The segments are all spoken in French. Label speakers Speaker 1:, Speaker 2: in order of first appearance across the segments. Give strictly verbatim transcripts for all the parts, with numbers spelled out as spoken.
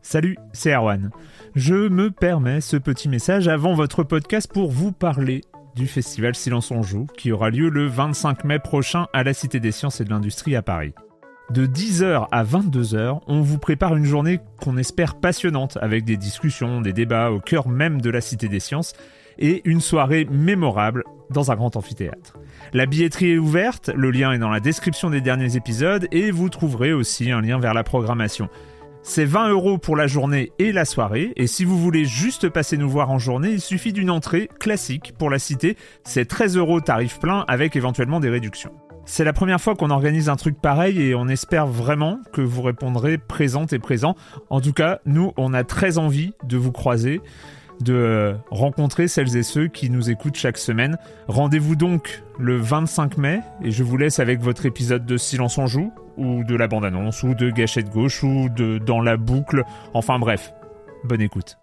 Speaker 1: Salut, c'est Erwan. Je me permets ce petit message avant votre podcast pour vous parler du festival Silence on Joue qui aura lieu le vingt-cinq mai prochain à la Cité des Sciences et de l'Industrie à Paris. De dix heures à vingt-deux heures, on vous prépare une journée qu'on espère passionnante avec des discussions, des débats au cœur même de la Cité des Sciences et une soirée mémorable dans un grand amphithéâtre. La billetterie est ouverte, le lien est dans la description des derniers épisodes et vous trouverez aussi un lien vers la programmation. C'est vingt euros pour la journée et la soirée, et si vous voulez juste passer nous voir en journée, il suffit d'une entrée classique pour la Cité, c'est treize euros tarif plein avec éventuellement des réductions. C'est la première fois qu'on organise un truc pareil et on espère vraiment que vous répondrez présente et présent. En tout cas, nous, on a très envie de vous croiser, de rencontrer celles et ceux qui nous écoutent chaque semaine. Rendez-vous donc le vingt-cinq mai et je vous laisse avec votre épisode de Silence on Joue, ou de la bande-annonce, ou de Gâchette Gauche, ou de Dans la boucle. Enfin bref, bonne écoute.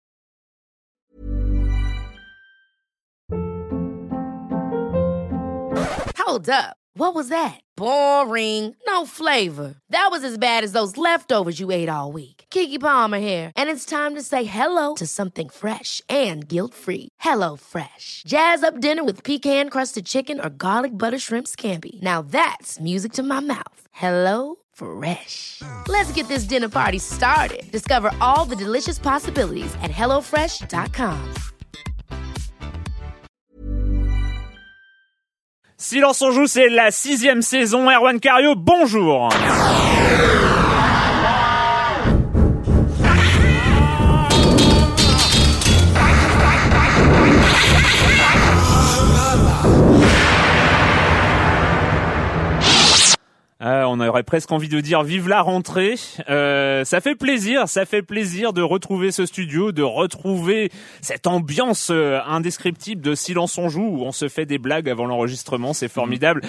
Speaker 2: Hold up. What was that? Boring. No flavor. That was as bad as those leftovers you ate all week. Keke Palmer here, and it's time to say hello to something fresh and guilt-free. Hello Fresh. Jazz up dinner with pecan-crusted chicken or garlic butter shrimp scampi. Now that's music to my mouth. Hello Fresh. Let's get this dinner party started. Discover all the delicious possibilities at hello fresh dot com.
Speaker 1: Silence on Joue, c'est la sixième saison. Erwan Cario, bonjour. Euh, on aurait presque envie de dire vive la rentrée. Euh, ça fait plaisir, ça fait plaisir de retrouver ce studio, de retrouver cette ambiance euh, indescriptible de Silence on Joue où on se fait des blagues avant l'enregistrement, c'est formidable.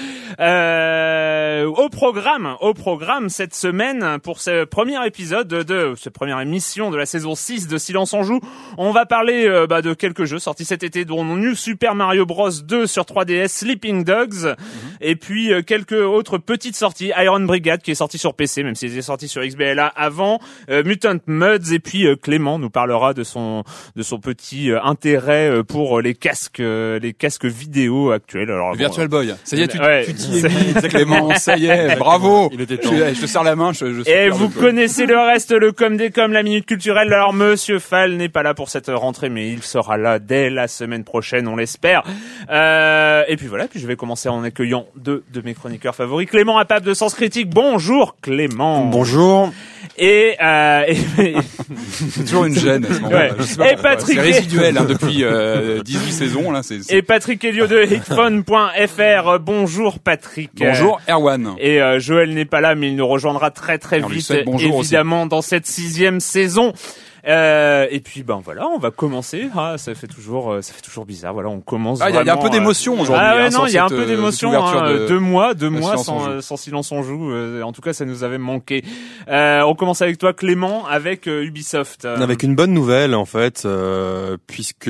Speaker 1: Euh, au programme, au programme cette semaine pour ce premier épisode de cette première émission de la saison six de Silence on Joue, on va parler euh, bah, de quelques jeux sortis cet été dont New Super Mario Bros deux sur trois D S, Sleeping Dogs, mm-hmm. et puis euh, quelques autres petites sorties. Iron Brigade qui est sorti sur P C, même s'il est sorti sur X B L A avant, euh, Mutant Mudds, et puis euh, Clément nous parlera de son de son petit euh, intérêt euh, pour les casques euh, les casques vidéo actuels. Alors,
Speaker 3: le bon, Virtual Boy. Ça y est, tu
Speaker 1: ouais,
Speaker 3: tu t'y es mis, Clément. Ça y est, bravo.
Speaker 4: Il était temps.
Speaker 3: Je, je te serre la main. Je, je
Speaker 1: et vous connaissez le reste, le com des com, la minute culturelle. Alors Monsieur Fall n'est pas là pour cette rentrée, mais il sera là dès la semaine prochaine, on l'espère. Euh, et puis voilà, puis je vais commencer en accueillant deux de mes chroniqueurs favoris, Clément Apap de Sens Critique. Bonjour Clément.
Speaker 4: Bonjour.
Speaker 1: Et, euh, et...
Speaker 3: c'est toujours une gêne. À ce moment-là.
Speaker 1: Ouais.
Speaker 3: Je sais pas
Speaker 1: et Patrick,
Speaker 3: c'est résiduel hein, depuis euh, dix-huit saisons là. C'est, c'est...
Speaker 1: Et Patrick Helio de hitphone point f r. Bonjour Patrick.
Speaker 3: Bonjour Erwan.
Speaker 1: Et euh, Joël n'est pas là, mais il nous rejoindra très très vite, évidemment, aussi. Dans cette sixième saison. Euh, et puis ben voilà, on va commencer. Ah, ça fait toujours, ça fait toujours bizarre. Voilà, on commence.
Speaker 3: Ah, il y, y a un peu d'émotion aujourd'hui.
Speaker 1: Ah ouais,
Speaker 3: hein,
Speaker 1: non, il y a un peu
Speaker 3: cette,
Speaker 1: d'émotion. Hein, de, deux mois, deux mois sans, sans Silence on Joue. Euh, en tout cas, ça nous avait manqué. Euh, on commence avec toi, Clément, avec euh, Ubisoft.
Speaker 4: Avec une bonne nouvelle en fait, euh, puisque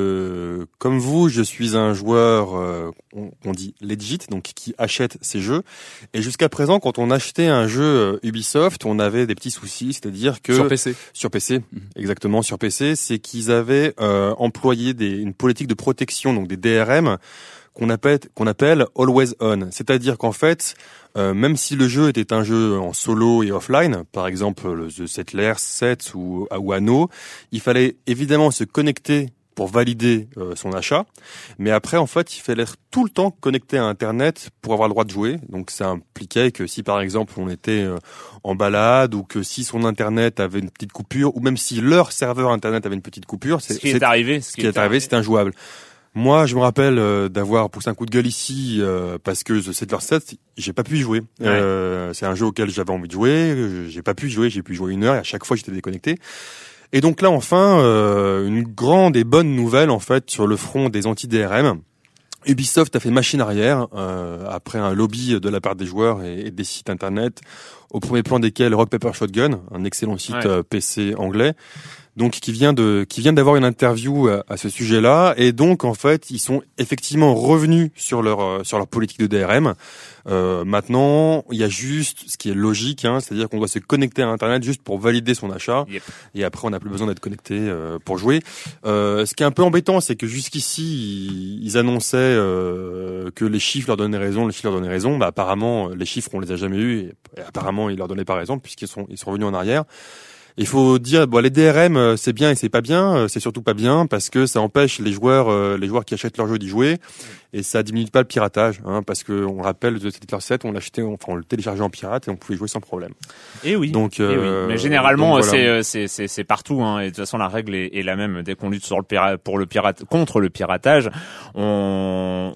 Speaker 4: comme vous, je suis un joueur, euh, on, on dit legit, donc qui achète ses jeux. Et jusqu'à présent, quand on achetait un jeu Ubisoft, on avait des petits soucis, c'est-à-dire que
Speaker 3: sur P C,
Speaker 4: sur P C. Exactement, sur P C, c'est qu'ils avaient euh, employé des, une politique de protection, donc des D R M, qu'on appelle, qu'on appelle Always On. C'est-à-dire qu'en fait, euh, même si le jeu était un jeu en solo et offline, par exemple le The Settlers sept ou, ou Anno, il fallait évidemment se connecter pour valider euh, son achat, mais après en fait il fallait être tout le temps connecté à Internet pour avoir le droit de jouer. Donc ça impliquait que si par exemple on était euh, en balade ou que si son Internet avait une petite coupure ou même si leur serveur Internet avait une petite coupure,
Speaker 1: c'est, ce qui est, est arrivé,
Speaker 4: ce qui, qui est, est arrivé, c'était injouable. Moi, je me rappelle euh, d'avoir poussé un coup de gueule ici euh, parce que The Settlers sept, j'ai pas pu y jouer. Ouais. Euh, c'est un jeu auquel j'avais envie de jouer, j'ai pas pu y jouer, j'ai pu y jouer une heure et à chaque fois j'étais déconnecté. Et donc là, enfin, euh, une grande et bonne nouvelle en fait sur le front des anti-D R M. Ubisoft a fait machine arrière euh, après un lobby de la part des joueurs et, et des sites internet, au premier plan desquels Rock Paper Shotgun, un excellent site ouais. euh, P C anglais. donc qui vient de qui vient d'avoir une interview à, à ce sujet-là, et donc en fait ils sont effectivement revenus sur leur euh, sur leur politique de D R M. Euh, maintenant, il y a juste ce qui est logique, hein, c'est-à-dire qu'on doit se connecter à Internet juste pour valider son achat, yep. Et après on n'a plus besoin d'être connecté euh, pour jouer. Euh, ce qui est un peu embêtant, c'est que jusqu'ici ils, ils annonçaient euh, que les chiffres leur donnaient raison, les chiffres leur donnaient raison. Bah apparemment les chiffres on les a jamais eus, et, et apparemment ils leur donnaient pas raison puisqu'ils sont ils sont revenus en arrière. Il faut dire, bon, les D R M, c'est bien et c'est pas bien. C'est surtout pas bien parce que ça empêche les joueurs, euh, les joueurs qui achètent leur jeu d'y jouer, et ça diminue pas le piratage, hein, parce que on rappelle de Street Fighter sept, on l'achetait, enfin on le téléchargeait en pirate et on pouvait jouer sans problème.
Speaker 1: Et oui.
Speaker 4: Donc, euh,
Speaker 1: et oui. Mais généralement,
Speaker 4: donc, voilà.
Speaker 1: c'est, c'est c'est c'est partout, hein, et de toute façon la règle est, est la même. Dès qu'on lutte sur le pirate, pour le pirate, contre le piratage, on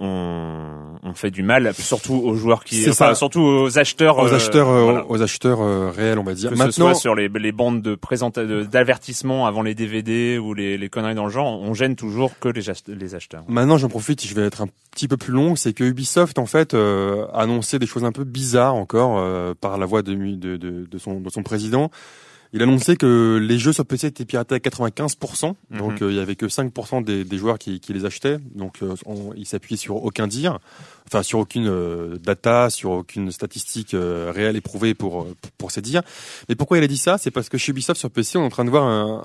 Speaker 1: on, on fait du mal, surtout aux joueurs qui,
Speaker 4: c'est
Speaker 1: enfin,
Speaker 4: ça.
Speaker 1: surtout aux acheteurs,
Speaker 4: aux acheteurs,
Speaker 1: euh,
Speaker 4: euh,
Speaker 1: voilà.
Speaker 4: aux acheteurs euh, réels, on va dire.
Speaker 1: Que
Speaker 4: Maintenant,
Speaker 1: ce soit sur les les bandes de présentation, d'avertissement avant les D V D ou les, les conneries dans le genre, on gêne toujours que les, les acheteurs.
Speaker 4: Maintenant, j'en profite, je vais être un petit peu plus long, c'est que Ubisoft, en fait, euh, a annoncé des choses un peu bizarres encore euh, par la voix de, de, de, de, son, de son président. Il annonçait que les jeux sur P C étaient piratés à quatre-vingt-quinze pour cent, mm-hmm. donc euh, il y avait que cinq pour cent des, des joueurs qui, qui les achetaient, donc euh, on, il s'appuyait sur aucun dire, enfin sur aucune euh, data, sur aucune statistique euh, réelle éprouvée pour, pour pour ces dires. Mais pourquoi il a dit ça? C'est parce que chez Ubisoft sur P C, on est en train de voir un,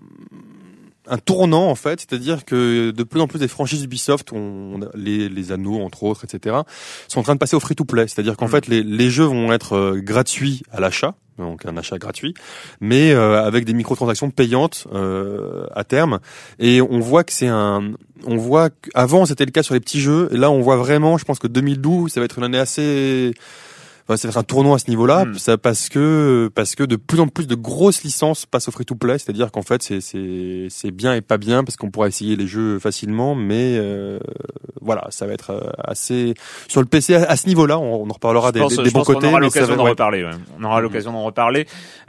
Speaker 4: un, un tournant en fait, c'est-à-dire que de plus en plus des franchises Ubisoft, on, on a les, les anneaux entre autres, et cetera, sont en train de passer au free-to-play, c'est-à-dire qu'en mm. fait les, les jeux vont être euh, gratuits à l'achat. Donc un achat gratuit, mais euh, avec des microtransactions payantes euh, à terme. Et on voit que c'est un, on voit qu'avant c'était le cas sur les petits jeux, et là on voit vraiment, je pense que deux mille douze ça va être une année assez, enfin, ça va être un tournant à ce niveau-là, mmh. ça parce que parce que de plus en plus de grosses licences passent au free-to-play, c'est-à-dire qu'en fait c'est c'est c'est bien et pas bien parce qu'on pourra essayer les jeux facilement, mais euh, voilà, ça va être assez sur le P C à, à ce niveau-là. On, on en reparlera des,
Speaker 1: pense,
Speaker 4: des, des bons côtés.
Speaker 1: On aura
Speaker 4: mais
Speaker 1: l'occasion
Speaker 4: ça va,
Speaker 1: d'en
Speaker 4: ouais.
Speaker 1: reparler. Ouais. On aura l'occasion d'en reparler.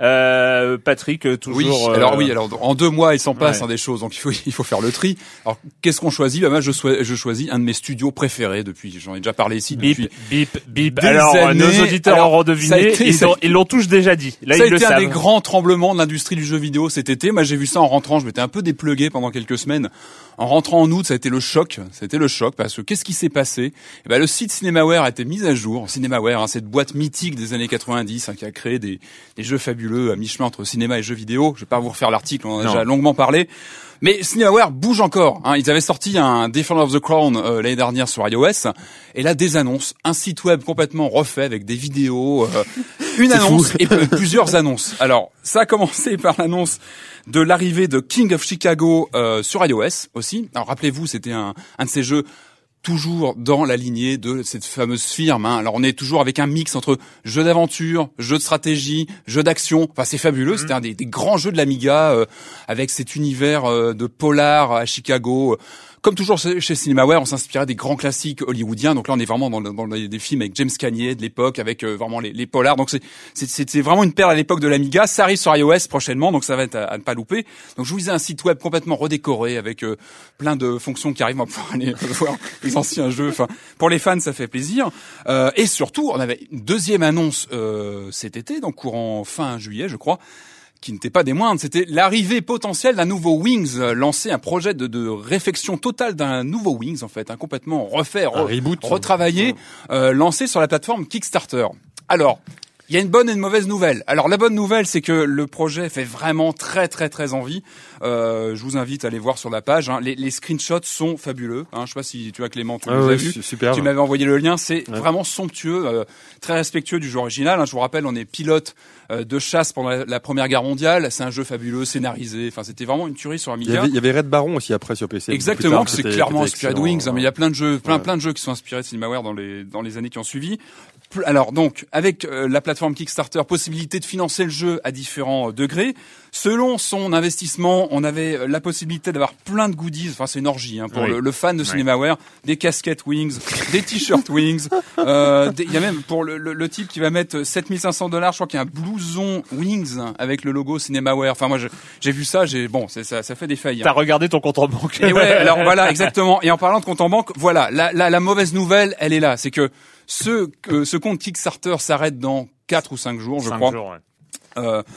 Speaker 1: Euh, Patrick, toujours.
Speaker 3: Oui.
Speaker 1: Euh...
Speaker 3: Alors oui. Alors en deux mois, il s'en passe ouais. hein, des choses. Donc il faut il faut faire le tri. Alors qu'est-ce qu'on choisit? Bah moi, je, so- je choisis un de mes studios préférés depuis. J'en ai déjà parlé ici.
Speaker 1: Bip,
Speaker 3: depuis
Speaker 1: bip, bip.
Speaker 3: Des
Speaker 1: alors
Speaker 3: années.
Speaker 1: nos auditeurs
Speaker 3: alors,
Speaker 1: auront deviné.
Speaker 3: Été,
Speaker 1: ils, ont, ils l'ont tous déjà dit. Là,
Speaker 3: ça
Speaker 1: ils
Speaker 3: a été
Speaker 1: le
Speaker 3: un
Speaker 1: savent.
Speaker 3: des grands tremblements de l'industrie du jeu vidéo cet été. Moi, j'ai vu ça en rentrant. Je m'étais un peu déplugué pendant quelques semaines. En rentrant en août, ça a été le choc. C'était le choc parce que qu'est-ce qui s'est passé? Eh ben, le site CinemaWare a été mis à jour. CinemaWare, hein, cette boîte mythique des années quatre-vingt-dix, hein, qui a créé des, des jeux fabuleux à mi-chemin entre cinéma et jeux vidéo. Je vais pas vous refaire l'article, on en a non. déjà longuement parlé. Mais CinemaWare bouge encore. Hein. Ils avaient sorti un Defender of the Crown euh, l'année dernière sur iOS, et là des annonces, un site web complètement refait avec des vidéos, euh, une annonce et p- plusieurs annonces. Alors ça a commencé par l'annonce de l'arrivée de King of Chicago euh, sur iOS aussi. Alors rappelez-vous, c'était un, un de ces jeux toujours dans la lignée de cette fameuse firme. Hein. Alors on est toujours avec un mix entre jeu d'aventure, jeu de stratégie, jeu d'action. Enfin c'est fabuleux. Mmh. C'était un des, des grands jeux de l'Amiga euh, avec cet univers euh, de polar à Chicago. Comme toujours chez CinemaWare, on s'inspirait des grands classiques hollywoodiens. Donc là, on est vraiment dans, dans des films avec James Cagney de l'époque, avec euh, vraiment les, les polars. Donc c'est, c'est, c'est vraiment une perle à l'époque de l'Amiga. Ça arrive sur iOS prochainement, donc ça va être à, à ne pas louper. Donc je vous disais un site web complètement redécoré avec euh, plein de fonctions qui arrivent. On va pouvoir aller voir les anciens jeux. Enfin, pour les fans, ça fait plaisir. Euh, et surtout, on avait une deuxième annonce euh, cet été, donc courant fin juillet, je crois, qui n'était pas des moindres, c'était l'arrivée potentielle d'un nouveau Wings, euh, lancer un projet de, de réflexion totale d'un nouveau Wings, en fait, hein, complètement refait, re,
Speaker 4: reboot,
Speaker 3: retravaillé, euh, lancé sur la plateforme Kickstarter. Alors, il y a une bonne et une mauvaise nouvelle. Alors la bonne nouvelle, c'est que le projet fait vraiment très très très envie. Euh, je vous invite à aller voir sur la page. Hein. Les, les screenshots sont fabuleux. Hein. Je sais pas si tu as Clément, tu ah les
Speaker 4: ouais,
Speaker 3: as vus.
Speaker 4: Super.
Speaker 3: Tu m'avais envoyé le lien. C'est
Speaker 4: ouais.
Speaker 3: vraiment somptueux, euh, très respectueux du jeu original. Hein. Je vous rappelle, on est pilote euh, de chasse pendant la, la Première Guerre mondiale. C'est un jeu fabuleux, scénarisé. Enfin, c'était vraiment une tuerie sur Amiga.
Speaker 4: Il y avait, il y avait Red Baron aussi après sur P C.
Speaker 3: Exactement,
Speaker 4: tard,
Speaker 3: que c'est clairement inspiré de Wings. Hein, mais il y a plein de jeux, plein
Speaker 4: ouais.
Speaker 3: plein de jeux qui sont inspirés de CinemaWare dans les dans les années qui ont suivi. Alors donc, avec euh, la plateforme Kickstarter, possibilité de financer le jeu à différents euh, degrés. Selon son investissement, on avait euh, la possibilité d'avoir plein de goodies. Enfin, c'est une orgie hein, pour oui. le, le fan de CinemaWare. Oui. Des casquettes Wings, des t-shirts Wings. Euh, il y a même pour le, le, le type qui va mettre sept mille cinq cents dollars, je crois qu'il y a un blouson Wings avec le logo CinemaWare. Enfin, moi, je, j'ai vu ça. J'ai bon, c'est, ça, ça fait des failles. Hein.
Speaker 1: T'as regardé ton compte en banque.
Speaker 3: Et ouais, alors voilà, exactement. Et en parlant de compte en banque, voilà, la, la, la mauvaise nouvelle, elle est là, c'est que ce, euh, ce compte Kickstarter s'arrête dans quatre ou cinq jours, je
Speaker 1: cinq
Speaker 3: crois.
Speaker 1: Jours, ouais.
Speaker 3: Euh,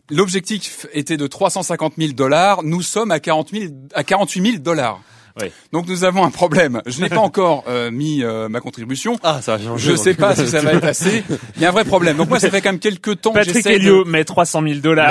Speaker 3: l'objectif était de trois cent cinquante mille dollars. Nous sommes à quarante mille, à quarante-huit mille dollars.
Speaker 1: Oui.
Speaker 3: Donc nous avons un problème. Je n'ai pas encore euh, mis euh, ma contribution.
Speaker 4: Ah, ça va changer.
Speaker 3: Je sais pas si ça va être assez. Il y a un vrai problème. Donc moi, ça fait quand même quelques temps
Speaker 1: Patrick
Speaker 3: que j'essaie
Speaker 1: Helio
Speaker 3: de...
Speaker 1: met trois cent mille dollars.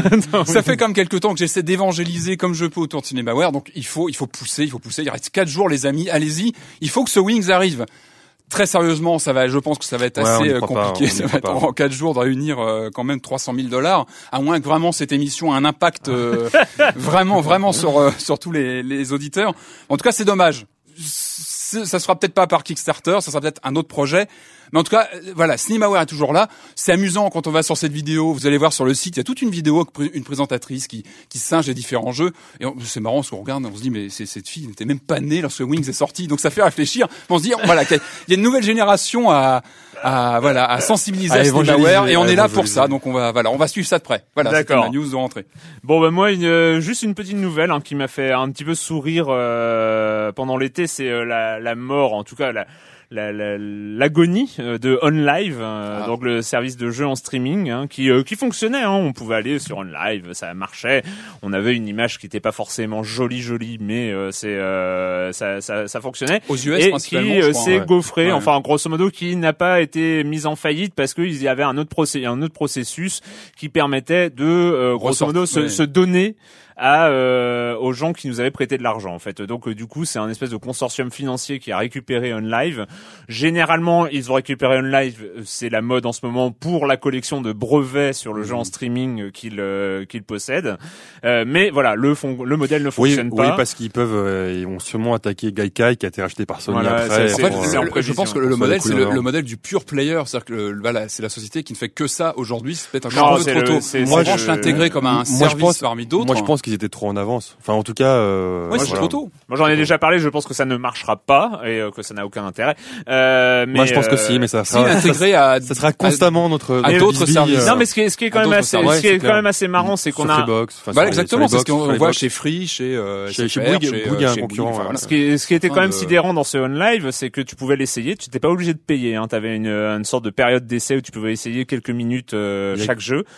Speaker 3: Ça fait quand même quelques temps que j'essaie d'évangéliser comme je peux autour de CinemaWare. Donc il faut, il faut pousser, il faut pousser. Il reste quatre jours, les amis. Allez-y. Il faut que ce Wings arrive. Très sérieusement, ça va, je pense que ça va être
Speaker 4: Ouais,
Speaker 3: assez
Speaker 4: on y croit
Speaker 3: compliqué.
Speaker 4: pas, on
Speaker 3: Ça
Speaker 4: y
Speaker 3: va être
Speaker 4: croit pas.
Speaker 3: en quatre jours de réunir euh, quand même trois cent mille dollars, à moins que vraiment cette émission ait un impact euh, vraiment, vraiment sur euh, sur tous les, les auditeurs. En tout cas, c'est dommage. C'est, ça sera peut-être pas par Kickstarter, ça sera peut-être un autre projet. Mais en tout cas, voilà, CinemaWare est toujours là. C'est amusant quand on va sur cette vidéo. Vous allez voir sur le site, il y a toute une vidéo, une présentatrice qui qui singe les différents jeux. Et on, c'est marrant parce qu'on regarde, on se dit mais c'est, cette fille n'était même pas née lorsque Wings est sorti. Donc ça fait réfléchir. On se dit voilà, qu'il y a une nouvelle génération à à voilà à sensibiliser à, à CinemaWare et on est là pour ça. Donc on va voilà, on va suivre ça de près. Voilà, c'était ma news de rentrée.
Speaker 1: Bon ben moi une, euh, juste une petite nouvelle hein, qui m'a fait un petit peu sourire euh, pendant l'été, c'est euh, la la mort, en tout cas la La, la, l'agonie de OnLive, euh, ah. donc le service de jeu en streaming, hein, qui euh, qui fonctionnait. Hein, on pouvait aller sur OnLive, ça marchait. On avait une image qui était pas forcément jolie, jolie, mais euh, c'est euh, ça, ça ça fonctionnait.
Speaker 3: Aux U S
Speaker 1: et
Speaker 3: principalement,
Speaker 1: qui
Speaker 3: je
Speaker 1: euh,
Speaker 3: crois,
Speaker 1: s'est
Speaker 3: ouais.
Speaker 1: gaufré,
Speaker 3: ouais.
Speaker 1: enfin grosso modo, qui n'a pas été mise en faillite parce qu'il y avait un autre procé- un autre processus qui permettait de euh, grosso modo se,
Speaker 3: ouais.
Speaker 1: se donner à euh, aux gens qui nous avaient prêté de l'argent en fait. Donc euh, du coup, c'est un espèce de consortium financier qui a récupéré OnLive. Généralement, ils ont récupéré OnLive, c'est la mode en ce moment pour la collection de brevets sur le mmh. jeu en streaming qu'ils euh, qu'ils possèdent. Euh, mais voilà, le fond, le modèle ne fonctionne
Speaker 4: oui,
Speaker 1: pas.
Speaker 4: Oui, parce qu'ils peuvent euh, ils vont sûrement attaquer Gaikai qui a été racheté par Sony
Speaker 1: voilà,
Speaker 4: après.
Speaker 1: c'est,
Speaker 3: en fait,
Speaker 1: pour,
Speaker 3: c'est,
Speaker 1: euh,
Speaker 3: le, je pense que le, le modèle c'est le,
Speaker 4: le
Speaker 3: le modèle du pure player, c'est-à-dire que le, voilà, c'est la société qui ne fait que ça aujourd'hui, c'est peut-être un
Speaker 1: non,
Speaker 3: peu trop
Speaker 1: le,
Speaker 3: tôt.
Speaker 1: C'est,
Speaker 3: moi,
Speaker 1: c'est
Speaker 3: je l'intégrer comme un
Speaker 4: moi,
Speaker 3: service
Speaker 4: je pense,
Speaker 3: parmi d'autres.
Speaker 4: Moi, je pense qu'ils étaient trop en avance. Enfin, en tout cas, euh,
Speaker 3: ouais, c'est
Speaker 4: voilà.
Speaker 3: trop tôt.
Speaker 1: Moi, j'en ai déjà parlé. Je pense que ça ne marchera pas et euh, que ça n'a aucun intérêt. Euh, mais
Speaker 4: moi, je pense
Speaker 1: euh,
Speaker 4: que si, mais ça
Speaker 3: si
Speaker 4: sera
Speaker 3: intégré à,
Speaker 4: ça sera constamment
Speaker 3: à,
Speaker 4: notre
Speaker 3: à d'autres
Speaker 4: bisbille,
Speaker 3: services.
Speaker 1: Non, mais ce qui est, ce qui est quand même assez,
Speaker 4: ouais,
Speaker 1: ce qui est,
Speaker 4: est
Speaker 1: quand même assez marrant, c'est qu'on
Speaker 4: sur
Speaker 1: a.
Speaker 4: Freebox, enfin,
Speaker 3: voilà,
Speaker 4: sur
Speaker 3: exactement.
Speaker 4: les,
Speaker 3: C'est ce qu'on
Speaker 4: box,
Speaker 3: voit
Speaker 4: box.
Speaker 3: chez Free, chez euh,
Speaker 4: chez,
Speaker 3: chez
Speaker 4: Bouygues,
Speaker 3: chez,
Speaker 4: Bouygues,
Speaker 3: euh,
Speaker 4: un
Speaker 3: chez
Speaker 4: concurrent.
Speaker 3: Bouygues, voilà.
Speaker 1: Ce qui, est, ce qui était
Speaker 3: Enfin,
Speaker 1: quand même
Speaker 3: de...
Speaker 1: sidérant dans ce OnLive, c'est que tu pouvais l'essayer, tu n'étais pas obligé de payer. Hein, tu avais une, une sorte de période d'essai où tu pouvais essayer quelques minutes euh,
Speaker 4: a...
Speaker 1: chaque jeu.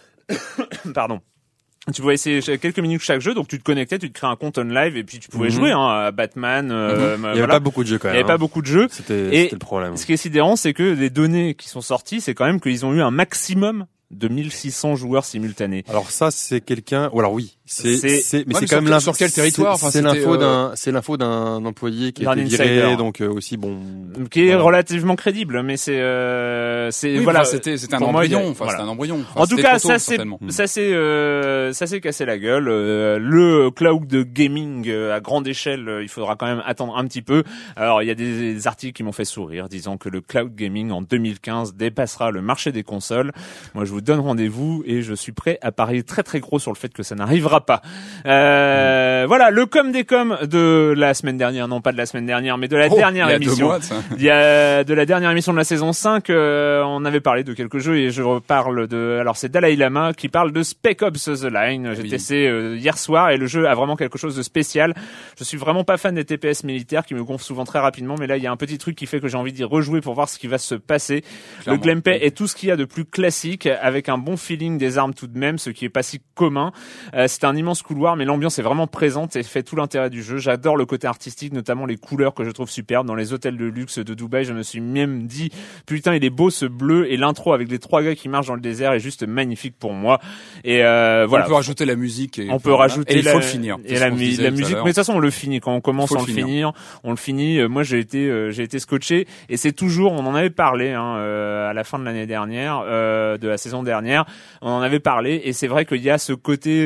Speaker 1: Pardon. Tu pouvais essayer quelques minutes chaque jeu, donc tu te connectais, tu te créais un compte OnLive et puis tu pouvais mm-hmm. jouer hein, à Batman. Euh,
Speaker 4: mm-hmm. Il
Speaker 1: voilà.
Speaker 4: y avait pas beaucoup de jeux quand même.
Speaker 1: Il y avait
Speaker 4: hein.
Speaker 1: pas beaucoup de jeux.
Speaker 4: C'était,
Speaker 1: et
Speaker 4: c'était le problème.
Speaker 1: Ce qui est sidérant, c'est que les données qui sont sorties, c'est quand même qu'ils ont eu un maximum de mille six cents joueurs simultanés.
Speaker 4: Alors ça, c'est quelqu'un. Ou alors oui, c'est,
Speaker 1: c'est,
Speaker 4: c'est mais
Speaker 3: ouais,
Speaker 4: c'est
Speaker 3: mais
Speaker 4: quand même
Speaker 3: sur,
Speaker 4: l'info.
Speaker 3: sur quel territoire
Speaker 4: C'est,
Speaker 3: enfin,
Speaker 4: c'est l'info
Speaker 3: euh...
Speaker 4: d'un, c'est l'info d'un employé qui a été viré, donc euh, aussi bon.
Speaker 1: Qui est
Speaker 4: voilà.
Speaker 1: relativement crédible, mais c'est, euh, c'est
Speaker 3: oui,
Speaker 1: voilà.
Speaker 3: Enfin, c'était, c'était un
Speaker 1: embryon.
Speaker 3: Moi, enfin, voilà. C'était un embryon. Enfin,
Speaker 1: en tout cas, ça c'est,
Speaker 3: certainement.
Speaker 1: ça c'est, euh, ça s'est cassé la gueule. Euh, le cloud de gaming euh, à grande échelle, euh, il faudra quand même attendre un petit peu. Alors, il y a des, des articles qui m'ont fait sourire, disant que le cloud gaming en deux mille quinze dépassera le marché des consoles. Moi, je vous donne rendez-vous et je suis prêt à parier très très gros sur le fait que ça n'arrivera pas. Euh, mmh. Voilà, le com des coms de la semaine dernière, non pas de la semaine dernière, mais de la
Speaker 3: oh,
Speaker 1: dernière
Speaker 3: il y a
Speaker 1: émission.
Speaker 3: Deux mois, ça.
Speaker 1: Il y a de la dernière émission de la saison cinq, euh, on avait parlé de quelques jeux et je reparle de, alors c'est Dalai Lama qui parle de Spec Ops The Line. J'ai oui. testé euh, hier soir et le jeu a vraiment quelque chose de spécial. Je suis vraiment pas fan des T P S militaires qui me gonflent souvent très rapidement, mais là il y a un petit truc qui fait que j'ai envie d'y rejouer pour voir ce qui va se passer. Clairement. Le gameplay oui. est tout ce qu'il y a de plus classique avec un bon feeling des armes tout de même, ce qui est pas si commun. Euh, c'est un immense couloir, mais l'ambiance est vraiment présente et fait tout l'intérêt du jeu. J'adore le côté artistique, notamment les couleurs que je trouve superbes. Dans les hôtels de luxe de Dubaï, je me suis même dit, putain, il est beau ce bleu, et l'intro avec les trois gars qui marchent dans le désert est juste magnifique pour moi. Et euh, voilà.
Speaker 3: On peut rajouter la musique. Et
Speaker 1: on peut rajouter.
Speaker 3: Et il
Speaker 1: la,
Speaker 3: faut le finir.
Speaker 1: Et la, la musique. Mais de toute façon, on le finit. Quand on commence, on le finir. finir. On le finit. Moi, j'ai été, euh, j'ai été scotché. Et c'est toujours, on en avait parlé hein, euh, à la fin de l'année dernière, euh, de la saison dernière. On en avait parlé. Et c'est vrai qu'il y a ce côté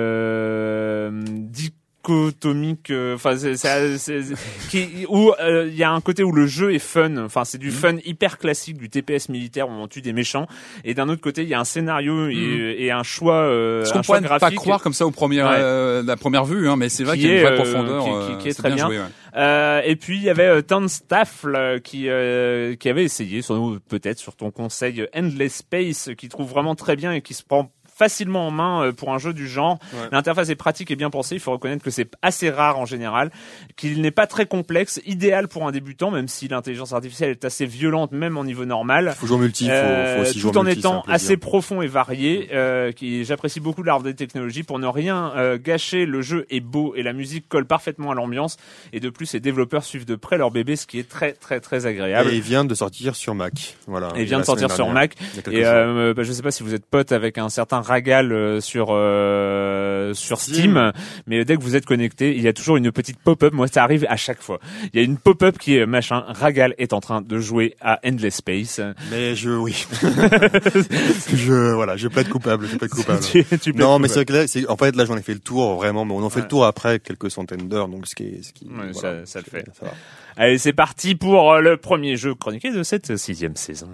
Speaker 1: euh, dichotomique, enfin euh, c'est, c'est, c'est, c'est qui où il euh, y a un côté où le jeu est fun, enfin c'est du fun hyper classique du T P S militaire où on tue des méchants, et d'un autre côté il y a un scénario mmh. et, et un choix euh,
Speaker 3: ce qu'on
Speaker 1: un choix
Speaker 3: pourrait
Speaker 1: graphique,
Speaker 3: pas croire comme ça au premier ouais. euh, la première vue hein, mais c'est vrai qu'il y a une vraie
Speaker 1: euh,
Speaker 3: profondeur
Speaker 1: qui, qui, qui est,
Speaker 3: euh,
Speaker 1: très bien,
Speaker 3: bien joué, ouais.
Speaker 1: Euh, et puis il y avait euh, Turnstaffle qui euh, qui avait essayé sur, peut-être sur ton conseil Endless Space, qui trouve vraiment très bien et qui se prend facilement en main euh, pour un jeu du genre.
Speaker 4: Ouais.
Speaker 1: L'interface est pratique et bien pensée. Il faut reconnaître que c'est assez rare en général, qu'il n'est pas très complexe, idéal pour un débutant, même si l'intelligence artificielle est assez violente, même en niveau normal.
Speaker 4: Faut jouer en multi, faut, faut aussi
Speaker 1: euh,
Speaker 4: jouer
Speaker 1: tout en
Speaker 4: multi,
Speaker 1: étant
Speaker 4: c'est un
Speaker 1: assez profond et varié. Euh, qui, j'apprécie beaucoup l'arbre des technologies. Pour ne rien euh, gâcher, le jeu est beau et la musique colle parfaitement à l'ambiance. Et de plus, les développeurs suivent de près leur bébé, ce qui est très très très agréable.
Speaker 4: Et il vient de sortir sur Mac. Voilà.
Speaker 1: Et il vient de sortir sur Mac. Et euh, bah, je sais pas si vous êtes pote avec un certain Ragal euh, sur euh, sur Steam, Steam, mais dès que vous êtes connecté, il y a toujours une petite pop-up. Moi, ça arrive à chaque fois. Il y a une pop-up qui est machin. Ragal est en train de jouer à Endless Space.
Speaker 4: Mais je, oui. je, voilà, je plaide coupable. Je plaide coupable.
Speaker 1: tu, tu
Speaker 4: non,
Speaker 1: coupable.
Speaker 4: mais c'est clair. C'est, en fait, là, j'en ai fait le tour vraiment, mais on en fait
Speaker 1: ouais.
Speaker 4: le tour après quelques centaines d'heures, donc ce qui est, ce qui,
Speaker 1: ouais,
Speaker 4: voilà,
Speaker 1: ça, ça le fait.
Speaker 4: Ça va.
Speaker 1: Allez, c'est parti pour le premier jeu chroniqué de cette sixième saison.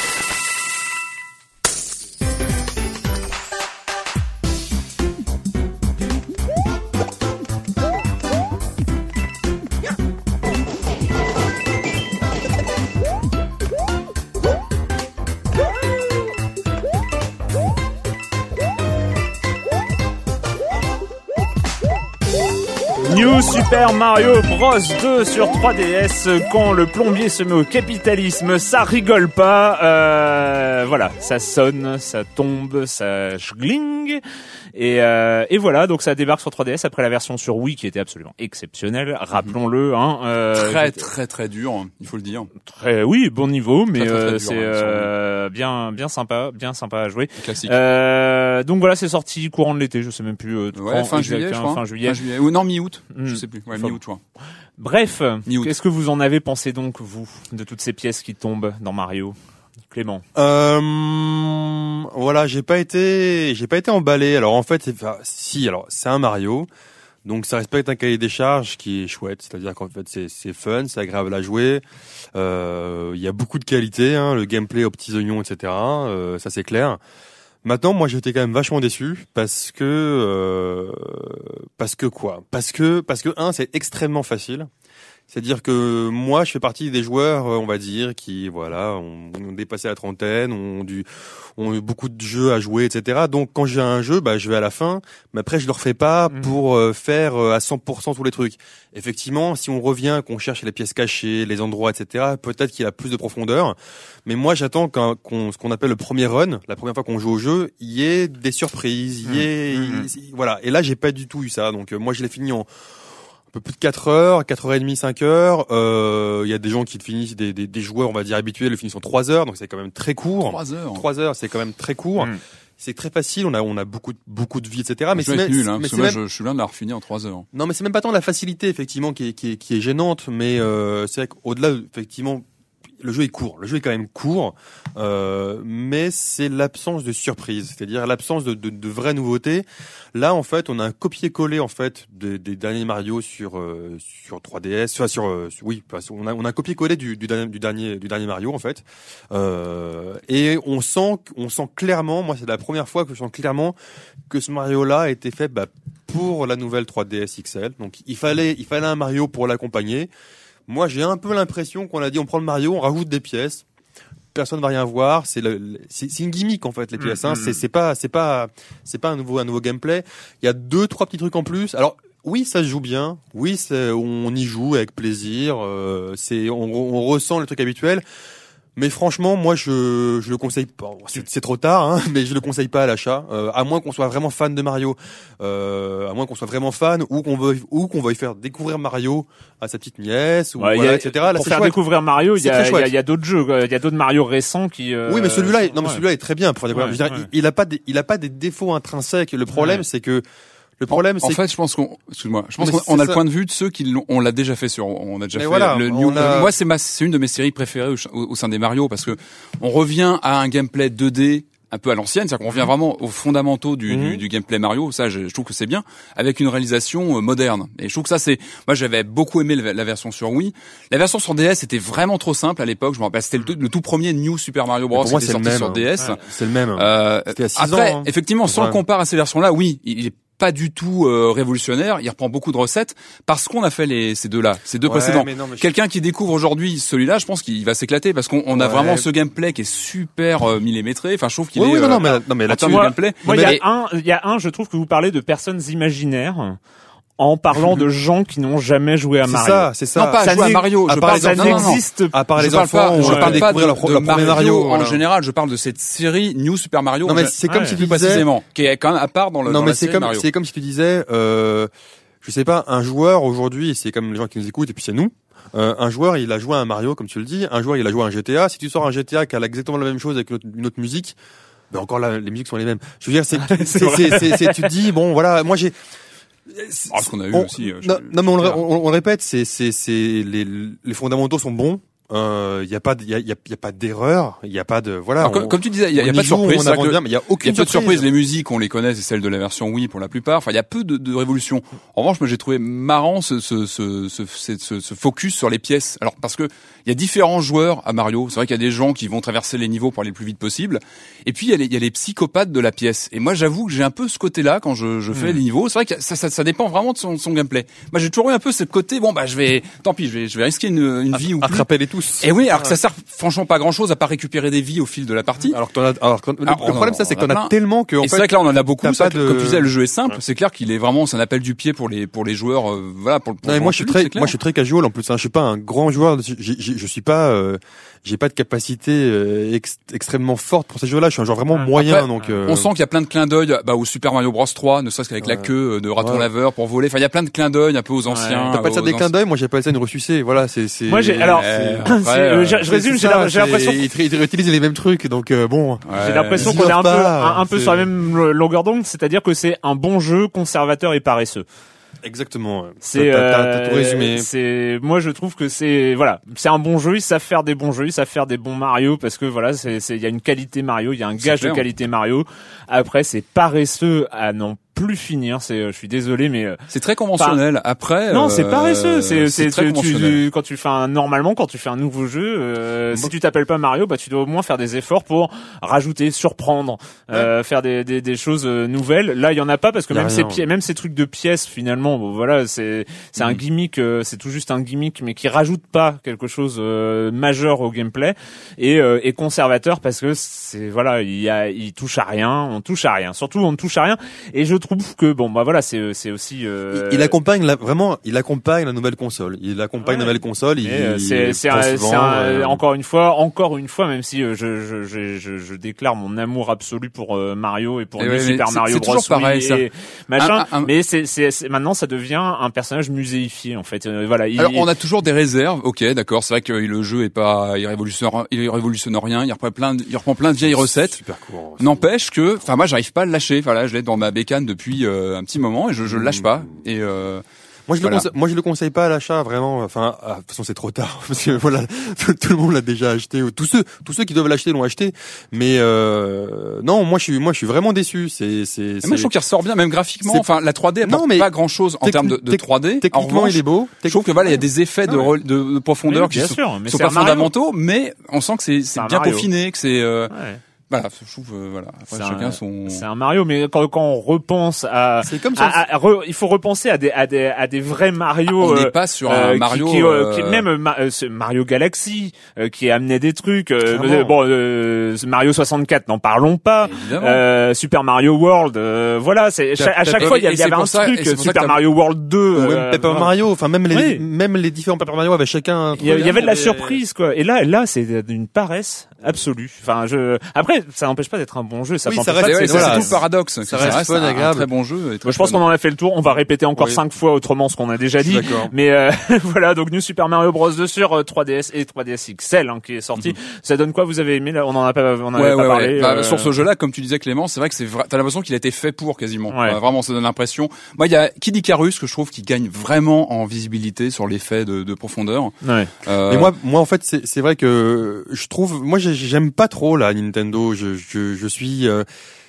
Speaker 1: New Super Mario Bros deux sur trois D S. Quand le plombier se met au capitalisme, ça rigole pas. Euh, voilà, ça sonne, ça tombe, ça schling. Et, euh, et voilà, donc ça débarque sur trois D S après la version sur Wii qui était absolument exceptionnelle. Rappelons-le. Hein, euh,
Speaker 3: très très très dur, il faut le dire.
Speaker 1: Très, oui, bon niveau, mais
Speaker 3: très, très, très
Speaker 1: euh,
Speaker 3: dur,
Speaker 1: c'est
Speaker 3: hein,
Speaker 1: euh, bien bien sympa, bien sympa à jouer.
Speaker 3: Classique.
Speaker 1: Euh, donc voilà, c'est sorti courant de l'été, je sais même plus. Euh,
Speaker 3: ouais, fin juillet, je crois.
Speaker 1: Fin juillet.
Speaker 3: Fin juillet. Ou non, mi-août.
Speaker 1: Mm.
Speaker 3: Je sais plus. Ouais,
Speaker 1: Enfin,
Speaker 3: mi-août, je crois.
Speaker 1: Bref,
Speaker 3: mi-août.
Speaker 1: Qu'est-ce que vous en avez pensé donc, vous, de toutes ces pièces qui tombent dans Mario? Clément.
Speaker 4: Euh, voilà, j'ai pas été, j'ai pas été emballé. Alors en fait, c'est, enfin, si, alors c'est un Mario, donc ça respecte un cahier des charges qui est chouette. C'est-à-dire qu'en fait, c'est, c'est fun, c'est agréable à jouer. Euh, il y a beaucoup de qualité, hein, le gameplay aux petits oignons, et cetera. Euh, ça c'est clair. Maintenant, moi, j'étais quand même vachement déçu parce que, euh, parce que quoi? Parce que, parce que un, c'est extrêmement facile. C'est-à-dire que moi, je fais partie des joueurs, on va dire, qui, voilà, ont, ont dépassé la trentaine, ont du, ont eu beaucoup de jeux à jouer, et cetera. Donc, quand j'ai un jeu, bah, je vais à la fin, mais après, je le refais pas mmh. pour euh, faire euh, à cent pour cent tous les trucs. Effectivement, si on revient, qu'on cherche les pièces cachées, les endroits, et cetera, peut-être qu'il y a plus de profondeur. Mais moi, j'attends qu'un, qu'on, ce qu'on appelle le premier run, la première fois qu'on joue au jeu, il y ait des surprises, il y ait, mmh. il, voilà. Et là, j'ai pas du tout eu ça. Donc, euh, moi, je l'ai fini en un peu plus de quatre heures, quatre heures trente, cinq heures. Euh, il y a des gens qui le finissent, des, des, des joueurs, on va dire, habitués, le finissent en trois heures, donc c'est quand même très court.
Speaker 3: trois heures.
Speaker 4: trois heures, c'est quand même très court. Mm. C'est très facile, on a, on a beaucoup, beaucoup de vie, et cetera. Mais
Speaker 3: je
Speaker 4: c'est
Speaker 3: vais être
Speaker 4: même,
Speaker 3: nul, hein,
Speaker 4: mais
Speaker 3: parce
Speaker 4: c'est
Speaker 3: que moi,
Speaker 4: même...
Speaker 3: je, je suis loin de la refinir en trois heures.
Speaker 4: Non, mais c'est même pas tant la facilité, effectivement, qui est, qui est, qui est gênante, mais euh, c'est vrai qu'au-delà, effectivement, le jeu est court. Le jeu est quand même court, euh, mais c'est l'absence de surprise, c'est-à-dire l'absence de, de, de vraies nouveautés. Là, en fait, on a un copier-coller en fait des, des derniers Mario sur euh, sur trois D S, enfin, sur, euh, sur oui, on a on a un copier-coller du, du dernier du dernier du dernier Mario en fait, euh, et on sent on sent clairement, moi c'est la première fois que je sens clairement que ce Mario-là a été fait bah, pour la nouvelle trois D S X L. Donc il fallait il fallait un Mario pour l'accompagner. Moi, j'ai un peu l'impression qu'on a dit, on prend le Mario, on rajoute des pièces. Personne va rien voir. C'est le, le c'est, c'est une gimmick en fait les pièces. Mmh, hein. Mmh. C'est, c'est pas, c'est pas, c'est pas un nouveau, un nouveau gameplay. Il y a deux, trois petits trucs en plus. Alors oui, ça se joue bien. Oui, c'est, on y joue avec plaisir. Euh, c'est, on, on ressent le truc habituel. Mais franchement, moi, je je le conseille pas. C'est, c'est trop tard, hein, mais je le conseille pas à l'achat. Euh, à moins qu'on soit vraiment fan de Mario, euh, à moins qu'on soit vraiment fan ou qu'on veuille ou qu'on veuille faire découvrir Mario à sa petite nièce ou
Speaker 1: ouais,
Speaker 4: voilà,
Speaker 1: a,
Speaker 4: et cetera. Là,
Speaker 1: pour
Speaker 4: c'est
Speaker 1: faire
Speaker 4: chouette.
Speaker 1: découvrir Mario, il y a,
Speaker 4: y,
Speaker 1: y a d'autres jeux, il y a d'autres Mario récents qui. Euh,
Speaker 4: oui, mais celui-là, est, non, mais
Speaker 1: ouais.
Speaker 4: celui-là est très bien pour faire découvrir. Ouais, je veux dire, ouais. il, il a pas, des, il a pas des défauts intrinsèques. Le problème, ouais. c'est que Le problème,
Speaker 3: en,
Speaker 4: c'est
Speaker 3: en fait, je pense qu'on, excuse-moi, je pense qu'on a ça. le point de vue de ceux qui l'ont, on l'a déjà fait sur, on a déjà
Speaker 4: mais
Speaker 3: fait
Speaker 4: voilà,
Speaker 3: le New.
Speaker 4: A...
Speaker 3: Moi, c'est ma, c'est une de mes séries préférées au, au, au sein des Mario parce que on revient à un gameplay deux D un peu à l'ancienne, c'est-à-dire qu'on revient vraiment aux fondamentaux du, mmh. du, du gameplay Mario. Ça, je, je trouve que c'est bien, avec une réalisation euh, moderne. Et je trouve que ça, c'est, moi, j'avais beaucoup aimé la, la version sur Wii. La version sur D S était vraiment trop simple à l'époque. Je me rappelle, c'était le, le tout premier New Super Mario Bros.
Speaker 4: Qui était
Speaker 3: sorti
Speaker 4: même,
Speaker 3: sur
Speaker 4: hein.
Speaker 3: D S.
Speaker 4: Ouais, c'est le même.
Speaker 3: Euh,
Speaker 4: c'était à six
Speaker 3: après,
Speaker 4: ans, hein.
Speaker 3: effectivement, si on
Speaker 4: ouais.
Speaker 3: le compare à ces versions-là, oui, il est pas du tout euh, révolutionnaire. Il reprend beaucoup de recettes parce qu'on a fait les ces deux-là, ces deux
Speaker 4: ouais,
Speaker 3: précédents.
Speaker 4: Mais non, mais
Speaker 3: Quelqu'un je... qui découvre aujourd'hui celui-là, je pense qu'il va s'éclater parce qu'on on ouais. a vraiment ce gameplay qui est super euh, millimétré. Enfin, je trouve qu'il
Speaker 4: oui,
Speaker 3: est.
Speaker 4: Oui, non,
Speaker 3: euh,
Speaker 4: non, mais, non, mais
Speaker 3: là, en
Speaker 1: moi,
Speaker 3: gameplay.
Speaker 1: Moi, il y
Speaker 3: a
Speaker 1: mais... un, il y a un, je trouve que vous parlez de personnes imaginaires. En parlant de gens qui n'ont jamais joué à Mario.
Speaker 4: C'est ça, c'est ça.
Speaker 3: Non, pas
Speaker 1: ça
Speaker 3: jouer à Mario.
Speaker 4: À
Speaker 3: je
Speaker 4: parle
Speaker 3: parle
Speaker 1: ça
Speaker 3: non,
Speaker 1: n'existe
Speaker 3: pas.
Speaker 4: À part les
Speaker 3: je
Speaker 4: enfants,
Speaker 3: parle pas, je
Speaker 4: ouais.
Speaker 3: parle pas de,
Speaker 4: leur,
Speaker 3: de
Speaker 4: leur
Speaker 3: Mario,
Speaker 4: Mario
Speaker 3: en
Speaker 4: voilà.
Speaker 3: général. Je parle de cette série New Super Mario.
Speaker 4: Non, mais
Speaker 3: je...
Speaker 4: c'est comme
Speaker 1: ouais.
Speaker 4: si tu
Speaker 3: plus
Speaker 4: disais...
Speaker 3: précisément, qui est quand même à part dans le.
Speaker 4: Non,
Speaker 3: dans
Speaker 4: mais
Speaker 3: la
Speaker 4: c'est
Speaker 3: série
Speaker 4: comme,
Speaker 3: Mario.
Speaker 4: c'est comme si tu disais, euh, je sais pas, un joueur aujourd'hui, c'est comme les gens qui nous écoutent et puis c'est nous. Euh, un joueur, il a joué à un Mario, comme tu le dis. Un joueur, il a joué à un G T A. Si tu sors un G T A qui a exactement la même chose avec une autre, une autre musique, ben encore là, les musiques sont les mêmes. Je veux dire, c'est, c'est, c'est, c'est, c'est, c'est, tu te dis, bon, voilà, moi j'ai.
Speaker 3: Ah, ce qu'on a eu
Speaker 4: on,
Speaker 3: aussi. Euh,
Speaker 4: non, non, mais on, on, on, on répète, c'est, c'est, c'est les, les fondamentaux sont bons. Il euh, y a pas, il y a, y a, y a pas d'erreur. Il y a pas de, voilà.
Speaker 3: Alors,
Speaker 4: on,
Speaker 3: comme tu disais, il y a, y a pas de
Speaker 4: joue,
Speaker 3: surprise.
Speaker 4: On avance bien, mais il y a aucune
Speaker 3: Il y a peu de
Speaker 4: surprise.
Speaker 3: surprises. Les musiques, on les connaît, c'est celle de la version Wii pour la plupart. Enfin, il y a peu de, de révolution. En revanche, moi, j'ai trouvé marrant ce, ce, ce, ce, ce, ce focus sur les pièces. Alors, parce que il y a différents joueurs à Mario. C'est vrai qu'il y a des gens qui vont traverser les niveaux pour aller le plus vite possible. Et puis, il y a les, il y a les psychopathes de la pièce. Et moi, j'avoue que j'ai un peu ce côté-là quand je, je fais mmh. les niveaux. C'est vrai que ça, ça, ça dépend vraiment de son, son gameplay. Moi, j'ai toujours eu un peu ce côté, bon, bah, je vais, tant pis, je vais, je vais risquer une, une vie ou plus.
Speaker 4: Attraper les tous.
Speaker 3: Et oui, alors que ça sert franchement pas grand chose à pas récupérer des vies au fil de la partie.
Speaker 4: Alors que t'en as, alors, alors le problème, ça, c'est que t'en as tellement que, en
Speaker 3: et
Speaker 4: fait.
Speaker 3: C'est vrai que là, on en a beaucoup. Ça,
Speaker 4: de...
Speaker 3: Comme tu disais, le jeu est simple. Ouais. C'est clair qu'il est vraiment, c'est un appel du pied pour les, pour les joueurs, euh, voilà, pour, pour
Speaker 4: non, mais moi, je suis très,
Speaker 3: moi,
Speaker 4: je suis très casual, en plus, hein. Je suis pas un grand joueur, je, je, je suis pas, euh, j'ai pas de capacité euh, ex, extrêmement forte pour ces jeux-là. Je suis un joueur vraiment ouais. moyen,
Speaker 3: Après,
Speaker 4: donc. Euh...
Speaker 3: On sent qu'il y a plein de clins d'œil, bah, au Super Mario Bros trois, ne serait-ce qu'avec ouais. la queue de raton ouais. laveur pour voler. Enfin, il y a plein de clins d'œil un peu aux anciens.
Speaker 4: Ouais. T'appelles ça des clins d'œil? Moi, j'appelle ça une ressucée. Voilà, c'est, c'est.
Speaker 1: Moi, j'ai, alors,
Speaker 3: après,
Speaker 1: je, je résume, j'ai, j'ai l'impression.
Speaker 4: Ils réutilisent les mêmes trucs, donc euh, bon.
Speaker 1: Ouais. J'ai l'impression qu'on est un peu, un, un peu sur la même longueur d'onde, c'est-à-dire que c'est un bon jeu conservateur et paresseux.
Speaker 4: Exactement.
Speaker 1: C'est,
Speaker 4: t'as, t'as, t'as tout
Speaker 1: euh,
Speaker 4: résumé.
Speaker 1: C'est, moi je trouve que c'est, voilà, c'est un bon jeu. Ils savent faire des bons jeux, ils savent faire des bons Mario parce que voilà, c'est, c'est, il y a une qualité Mario, il y a un gage de qualité Mario. Après, c'est paresseux à non plus finir. C'est, je suis désolé, mais
Speaker 3: c'est très conventionnel. Par... Après,
Speaker 1: non,
Speaker 3: euh...
Speaker 1: c'est paresseux. C'est, c'est,
Speaker 3: c'est très
Speaker 1: tu,
Speaker 3: conventionnel.
Speaker 1: Tu, quand tu fais un, normalement, quand tu fais un nouveau jeu, euh, bon. si tu t'appelles pas Mario, bah tu dois au moins faire des efforts pour rajouter, surprendre, ouais. euh, faire des, des, des choses nouvelles. Là, il y en a pas parce que même ces pièces, même ces trucs de pièces, finalement, bon, voilà, c'est, c'est mmh. un gimmick, euh, c'est tout juste un gimmick, mais qui rajoute pas quelque chose euh, majeur au gameplay et, euh, et conservateur parce que c'est, voilà, il y a, il touche à rien, on touche à rien. Surtout, on ne touche à rien. Et je trouve que bon, bah voilà, c'est, c'est aussi. Euh...
Speaker 4: Il, il accompagne la, vraiment, il accompagne la nouvelle console. Il accompagne ouais. la nouvelle console. Il,
Speaker 1: euh, c'est,
Speaker 4: il
Speaker 1: c'est, un,
Speaker 4: souvent,
Speaker 1: c'est un,
Speaker 4: euh...
Speaker 1: encore une fois, encore une fois, même si euh, je, je, je, je, je déclare mon amour absolu pour euh, Mario et pour le ouais, Super Mario
Speaker 3: c'est,
Speaker 1: Bros.
Speaker 3: C'est toujours pareil,
Speaker 1: et
Speaker 3: ça.
Speaker 1: machin.
Speaker 3: Un, un, un...
Speaker 1: Mais c'est, c'est, c'est, maintenant, ça devient un personnage muséifié en fait. Euh, voilà. Il,
Speaker 3: Alors, on a toujours des réserves. Ok, d'accord. C'est vrai que le jeu est pas, il révolutionne, il révolutionne rien. Il reprend plein, de, il reprend plein de vieilles recettes.
Speaker 4: Super cool.
Speaker 3: N'empêche que, enfin, moi, j'arrive pas à le lâcher. Voilà, je l'ai dans ma bécane depuis euh, un petit moment et je, je le lâche pas. Et euh,
Speaker 4: moi je
Speaker 3: voilà.
Speaker 4: le conseille, moi je le conseille pas à l'achat vraiment. Enfin, ah, de toute façon c'est trop tard parce que voilà, tout, tout le monde l'a déjà acheté. Tous ceux, tous ceux qui doivent l'acheter l'ont acheté. Mais euh, non, moi je suis, moi je suis vraiment déçu. C'est, c'est. c'est...
Speaker 3: Moi je trouve qu'il ressort bien, même graphiquement.
Speaker 4: C'est...
Speaker 3: Enfin, la trois D apporte
Speaker 4: non, mais
Speaker 3: pas grand chose en termes de, de trois D.
Speaker 4: Techniquement,
Speaker 3: en revanche,
Speaker 4: il est beau.
Speaker 3: Je trouve que voilà, il y a des effets de,
Speaker 1: ouais.
Speaker 3: de, de profondeur
Speaker 1: oui,
Speaker 3: qui sont,
Speaker 1: sûr, mais
Speaker 3: sont pas fondamentaux, mais on sent que c'est, c'est, c'est bien Mario. Peaufiné, que c'est. Euh, ouais. Voilà, je trouve, euh, voilà. Après,
Speaker 1: c'est
Speaker 3: chacun
Speaker 1: un,
Speaker 3: son.
Speaker 1: C'est un Mario, mais quand, quand on repense à,
Speaker 4: c'est comme
Speaker 1: à, à, à re, il faut repenser à des, à des, à des vrais Mario.
Speaker 3: Ah, on n'est
Speaker 1: euh,
Speaker 3: pas sur
Speaker 1: euh,
Speaker 3: un Mario.
Speaker 1: Qui, qui, euh, qui
Speaker 3: euh...
Speaker 1: même euh, ce Mario Galaxy, euh, qui amenait des trucs. Euh, bon, euh, Mario soixante-quatre, n'en parlons pas. Euh, Super Mario World, euh, voilà. C'est chaque, à chaque fois il y, y avait un ça, truc. Super Mario World deux.
Speaker 4: Ou même
Speaker 1: euh,
Speaker 4: Paper euh, Mario. Enfin, même les, oui. même les différents Paper Mario avaient chacun.
Speaker 1: Il y, y avait de la surprise, quoi. Et là, là, c'est d'une paresse absolue. Enfin, je. Après, ça n'empêche pas d'être un bon jeu, ça,
Speaker 4: oui,
Speaker 1: ça
Speaker 4: reste,
Speaker 3: pas,
Speaker 4: c'est,
Speaker 3: c'est,
Speaker 4: voilà,
Speaker 3: c'est tout le paradoxe.
Speaker 4: Ça,
Speaker 3: ça
Speaker 4: reste,
Speaker 3: reste
Speaker 4: fun,
Speaker 3: un,
Speaker 4: agréable.
Speaker 3: un très bon jeu.
Speaker 1: Moi, je pense qu'on en a fait le tour. On va répéter encore oui. cinq fois autrement ce qu'on a déjà dit. Mais euh, voilà, donc New Super Mario Bros deux sur euh, trois D S et trois D S X L hein, qui est sorti. Mm-hmm. Ça donne quoi? Vous avez aimé là? On en a pas, on en
Speaker 3: ouais,
Speaker 1: avait
Speaker 3: ouais,
Speaker 1: pas parlé.
Speaker 3: Ouais. Bah,
Speaker 1: euh...
Speaker 3: sur ce jeu-là, comme tu disais Clément, c'est vrai que c'est vrai. T'as l'impression qu'il a été fait pour quasiment.
Speaker 1: Ouais.
Speaker 3: Bah, vraiment, ça donne l'impression. Moi, il y a Kid Icarus que je trouve qui gagne vraiment en visibilité sur l'effet de, de profondeur.
Speaker 1: Ouais.
Speaker 4: Euh... Mais moi, moi en fait, c'est, c'est vrai que je trouve, moi, j'aime pas trop la Nintendo. Je, je, je suis. Euh...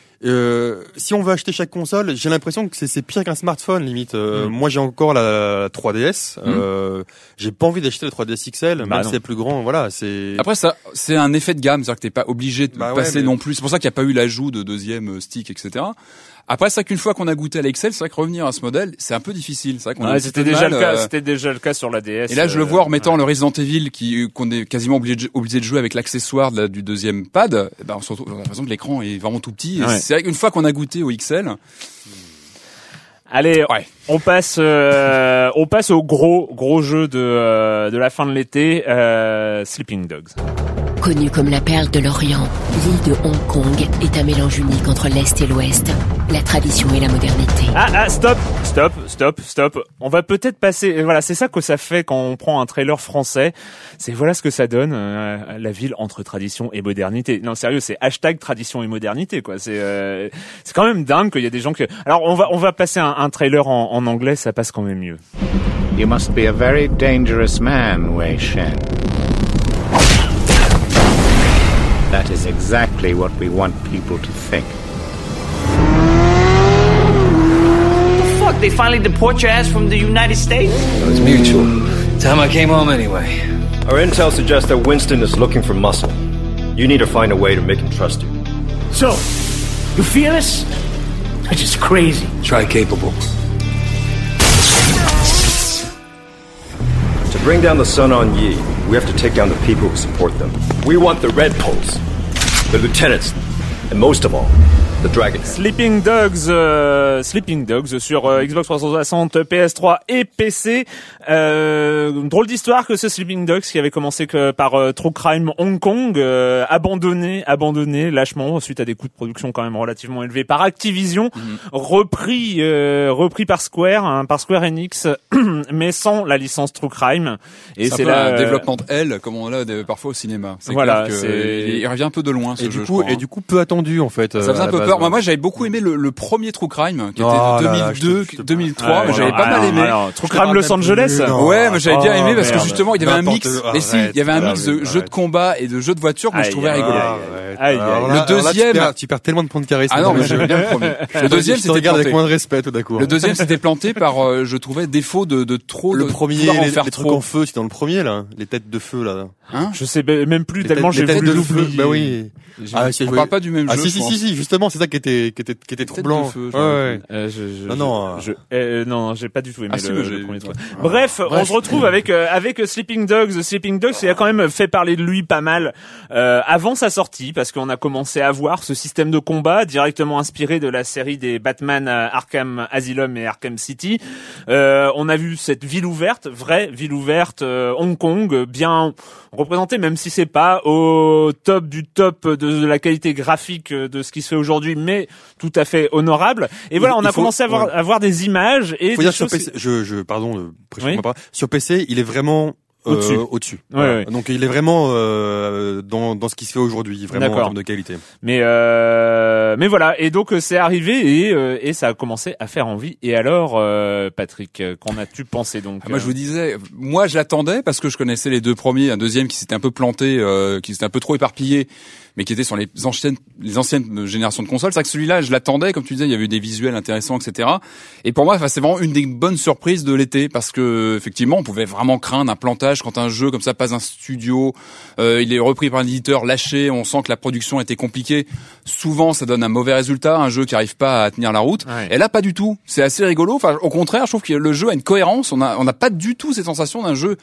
Speaker 4: Euh, si on veut acheter chaque console, j'ai l'impression que c'est, c'est pire qu'un smartphone limite. Euh, mmh. Moi, j'ai encore la, la trois D S. Mmh. Euh, j'ai pas envie d'acheter la trois D S X L, bah même si c'est plus grand. Voilà, c'est.
Speaker 3: Après, ça, c'est un effet de gamme, c'est-à-dire que t'es pas obligé de
Speaker 4: bah
Speaker 3: passer
Speaker 4: ouais, mais...
Speaker 3: non plus. C'est pour ça qu'il n'y a pas eu l'ajout de deuxième stick, et cetera. Après, c'est vrai qu'une fois qu'on a goûté à l'X L, c'est vrai que revenir à ce modèle, c'est un peu difficile. C'est vrai qu'on
Speaker 1: ouais,
Speaker 3: a
Speaker 1: c'était déjà
Speaker 3: mal,
Speaker 1: le cas,
Speaker 3: euh...
Speaker 1: c'était déjà le cas sur la D S.
Speaker 3: Et là, je le vois en remettant
Speaker 1: ouais.
Speaker 3: le Resident Evil qui, qu'on est quasiment obligé de, obligé de jouer avec l'accessoire de la, du deuxième pad. Eh ben, on se retrouve, on a l'impression que l'écran est vraiment tout petit. Et
Speaker 1: ouais.
Speaker 3: c'est vrai qu'une fois qu'on a goûté au X L,
Speaker 1: allez,
Speaker 3: ouais.
Speaker 1: on passe, euh, on passe au gros, gros jeu de, euh, de la fin de l'été, euh, Sleeping Dogs.
Speaker 5: Connue comme la perle de l'Orient, l'île de Hong Kong est un mélange unique entre l'Est et l'Ouest, la tradition et la modernité.
Speaker 1: Ah, ah, stop, stop, stop, stop. On va peut-être passer, voilà, c'est ça que ça fait quand on prend un trailer français. C'est voilà ce que ça donne, euh, la ville entre tradition et modernité. Non, sérieux, c'est hashtag tradition et modernité, quoi. C'est, euh, c'est quand même dingue qu'il y a des gens que, alors on va, on va passer un, un trailer en, en anglais, ça passe quand même mieux.
Speaker 6: You must be a very dangerous man, Wei Shen. That is exactly what we want people to think.
Speaker 7: The fuck? They finally deport your ass from the United States?
Speaker 8: It was mutual. Time I came home anyway.
Speaker 9: Our intel suggests that Winston is looking for muscle. You need to find a way to make him trust you.
Speaker 7: So, you fear this? Or just crazy?
Speaker 8: Try capable.
Speaker 9: To bring down the Sun On Yi, we have to take down the people who support them. We want the Red Poles, the lieutenants, and most of all, the Dragon.
Speaker 1: Sleeping Dogs, euh, Sleeping Dogs sur euh, Xbox trois cent soixante, P S trois et P C. Euh, drôle d'histoire que ce Sleeping Dogs qui avait commencé que par euh, True Crime Hong Kong, euh, abandonné, abandonné lâchement suite à des coûts de production quand même relativement élevés par Activision, mm-hmm. repris, euh, repris par Square, hein, par Square Enix, mais sans la licence True Crime.
Speaker 3: Et c'est, c'est un peu là, un euh... développement de L comme on l'a parfois au cinéma. C'est
Speaker 1: voilà,
Speaker 3: que
Speaker 1: c'est...
Speaker 3: il revient un peu de loin ce
Speaker 4: et
Speaker 3: jeu.
Speaker 4: Du coup,
Speaker 3: je crois,
Speaker 4: et
Speaker 3: hein.
Speaker 4: du coup, peu attendu en fait.
Speaker 3: Ça faisait un peu
Speaker 4: base,
Speaker 3: peur.
Speaker 4: ouais.
Speaker 3: Moi, moi, j'avais beaucoup aimé le, le premier True Crime qui
Speaker 4: oh,
Speaker 3: était de
Speaker 4: là,
Speaker 3: deux mille deux,
Speaker 4: là, je te, je te...
Speaker 3: deux mille trois.
Speaker 1: Ah,
Speaker 3: mais j'avais
Speaker 1: non,
Speaker 3: pas
Speaker 1: alors,
Speaker 3: mal aimé.
Speaker 1: alors, True Crime Los Angeles.
Speaker 4: Non.
Speaker 3: Ouais, mais j'avais bien aimé
Speaker 1: oh,
Speaker 3: parce que
Speaker 1: merde.
Speaker 3: justement, il y avait un mix.
Speaker 4: N'importe...
Speaker 3: Et si, il y avait un mix de jeux de combat et de jeux de voiture que je trouvais rigolo. Le deuxième,
Speaker 4: tu perds tellement de points de charisme.
Speaker 3: Ah non, mais j'aimais bien le premier. Le deuxième, c'était
Speaker 4: regarde
Speaker 3: planté.
Speaker 4: Avec moins de respect, tout d'accord.
Speaker 3: Le deuxième, c'était planté par, je trouvais, défaut de de trop.
Speaker 4: Le premier, les trucs en feu, c'était dans le premier là, les têtes de feu là.
Speaker 1: Hein? Je sais même plus
Speaker 4: les
Speaker 1: tellement
Speaker 4: têtes,
Speaker 1: j'ai voulu
Speaker 4: l'oublier. Bah oui.
Speaker 3: Ah, si, on parle pas du même
Speaker 4: ah,
Speaker 3: jeu.
Speaker 4: Ah si si si si, justement, c'est ça qui était qui était qui était troublant.
Speaker 3: Feu,
Speaker 4: ouais, ouais.
Speaker 1: Euh, je, je,
Speaker 3: non
Speaker 1: non, je, euh, non, j'ai pas du tout aimé
Speaker 3: ah,
Speaker 1: le,
Speaker 3: si,
Speaker 1: le premier truc.
Speaker 3: Ah,
Speaker 1: bref, bref, on se retrouve avec euh, avec Sleeping Dogs. Sleeping Dogs, il a quand même fait parler de lui pas mal euh, avant sa sortie parce qu'on a commencé à voir ce système de combat directement inspiré de la série des Batman Arkham Asylum et Arkham City. Euh, on a vu cette ville ouverte, vraie ville ouverte, euh, Hong Kong, bien représentée, même si c'est pas au top du top de, de la qualité graphique de ce qui se fait aujourd'hui, mais tout à fait honorable. Et il, voilà, on a faut, commencé à voir, ouais. à voir des images et
Speaker 4: faut
Speaker 1: des
Speaker 4: dire
Speaker 1: choses...
Speaker 4: sur P C, je, je, pardon,
Speaker 1: oui.
Speaker 4: pas. Sur P C, il est vraiment Euh, au-dessus. Au-dessus.
Speaker 1: Ouais, voilà. ouais.
Speaker 4: Donc il est vraiment euh, dans dans ce qui se fait aujourd'hui, vraiment
Speaker 1: D'accord.
Speaker 4: en termes de qualité.
Speaker 1: Mais euh, mais voilà, et donc c'est arrivé et euh, et ça a commencé à faire envie. Et alors, euh, Patrick, qu'en as-tu pensé donc?
Speaker 3: Ah, moi je vous disais, moi je l'attendais parce que je connaissais les deux premiers, un deuxième qui s'était un peu planté, euh, qui s'était un peu trop éparpillé, mais qui était sur les anciennes les anciennes générations de consoles. C'est vrai que celui-là, je l'attendais, comme tu disais, il y avait eu des visuels intéressants, et cetera. Et pour moi, enfin, c'est vraiment une des bonnes surprises de l'été parce que effectivement, on pouvait vraiment craindre un plantage quand un jeu comme ça passe un studio, euh, il est repris par un éditeur, lâché, on sent que la production était compliquée. Souvent, ça donne un mauvais résultat, un jeu qui arrive pas à tenir la route. Ouais. Et là, pas du tout. C'est assez rigolo. Enfin, au contraire, je trouve que le jeu a une cohérence. On a, on n'a pas du tout cette sensation d'un jeu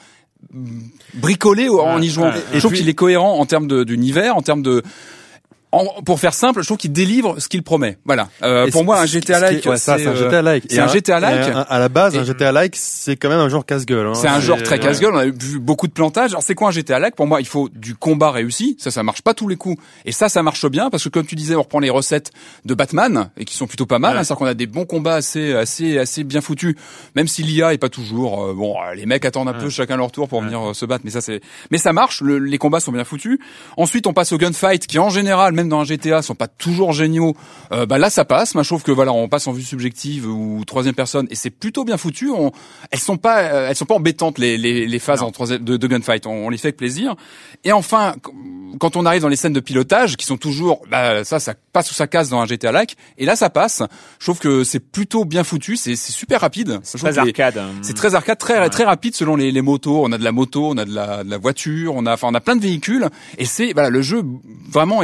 Speaker 3: bricolé en y jouant.
Speaker 1: Ouais.
Speaker 3: Je trouve puis... qu'il est cohérent en termes de, d'univers, en termes de En, pour faire simple, je trouve qu'il délivre ce qu'il promet. Voilà. Euh, pour moi, un G T A-like,
Speaker 4: ouais, ça, c'est un G T A-like.
Speaker 3: C'est un G T A-like.
Speaker 4: À la base, un G T A-like, c'est quand même un genre casse-gueule. Hein.
Speaker 3: C'est un genre très casse-gueule. On a vu beaucoup de plantages. Alors, c'est quoi un G T A-like? Pour moi, il faut du combat réussi. Ça, ça marche pas tous les coups. Et ça, ça marche bien parce que, comme tu disais, on reprend les recettes de Batman et qui sont plutôt pas mal. Ouais. Hein, c'est-à-dire qu'on a des bons combats assez, assez, assez bien foutus. Même si l'I A est pas toujours. Euh, bon, les mecs attendent un ouais. peu chacun leur tour pour ouais. venir euh, se battre. Mais ça, c'est. Mais ça marche. Le, les combats sont bien foutus. Ensuite, on passe au gunfight, qui en général, même dans un G T A, sont pas toujours géniaux. Euh, bah là ça passe. Moi je trouve que voilà, on passe en vue subjective ou troisième personne et c'est plutôt bien foutu. On, elles sont pas, euh, elles sont pas embêtantes les les, les phases en troisième de, de gunfight. On, on les fait avec plaisir. Et enfin, quand on arrive dans les scènes de pilotage qui sont toujours, bah ça ça passe ou ça casse dans un G T A-like. Et là ça passe. Je trouve que c'est plutôt bien foutu. C'est c'est super rapide.
Speaker 1: C'est très arcade.
Speaker 3: Les, c'est très arcade, très ouais. très rapide selon les les motos. On a de la moto, on a de la de la voiture, on a enfin on a plein de véhicules. Et c'est voilà, le jeu vraiment est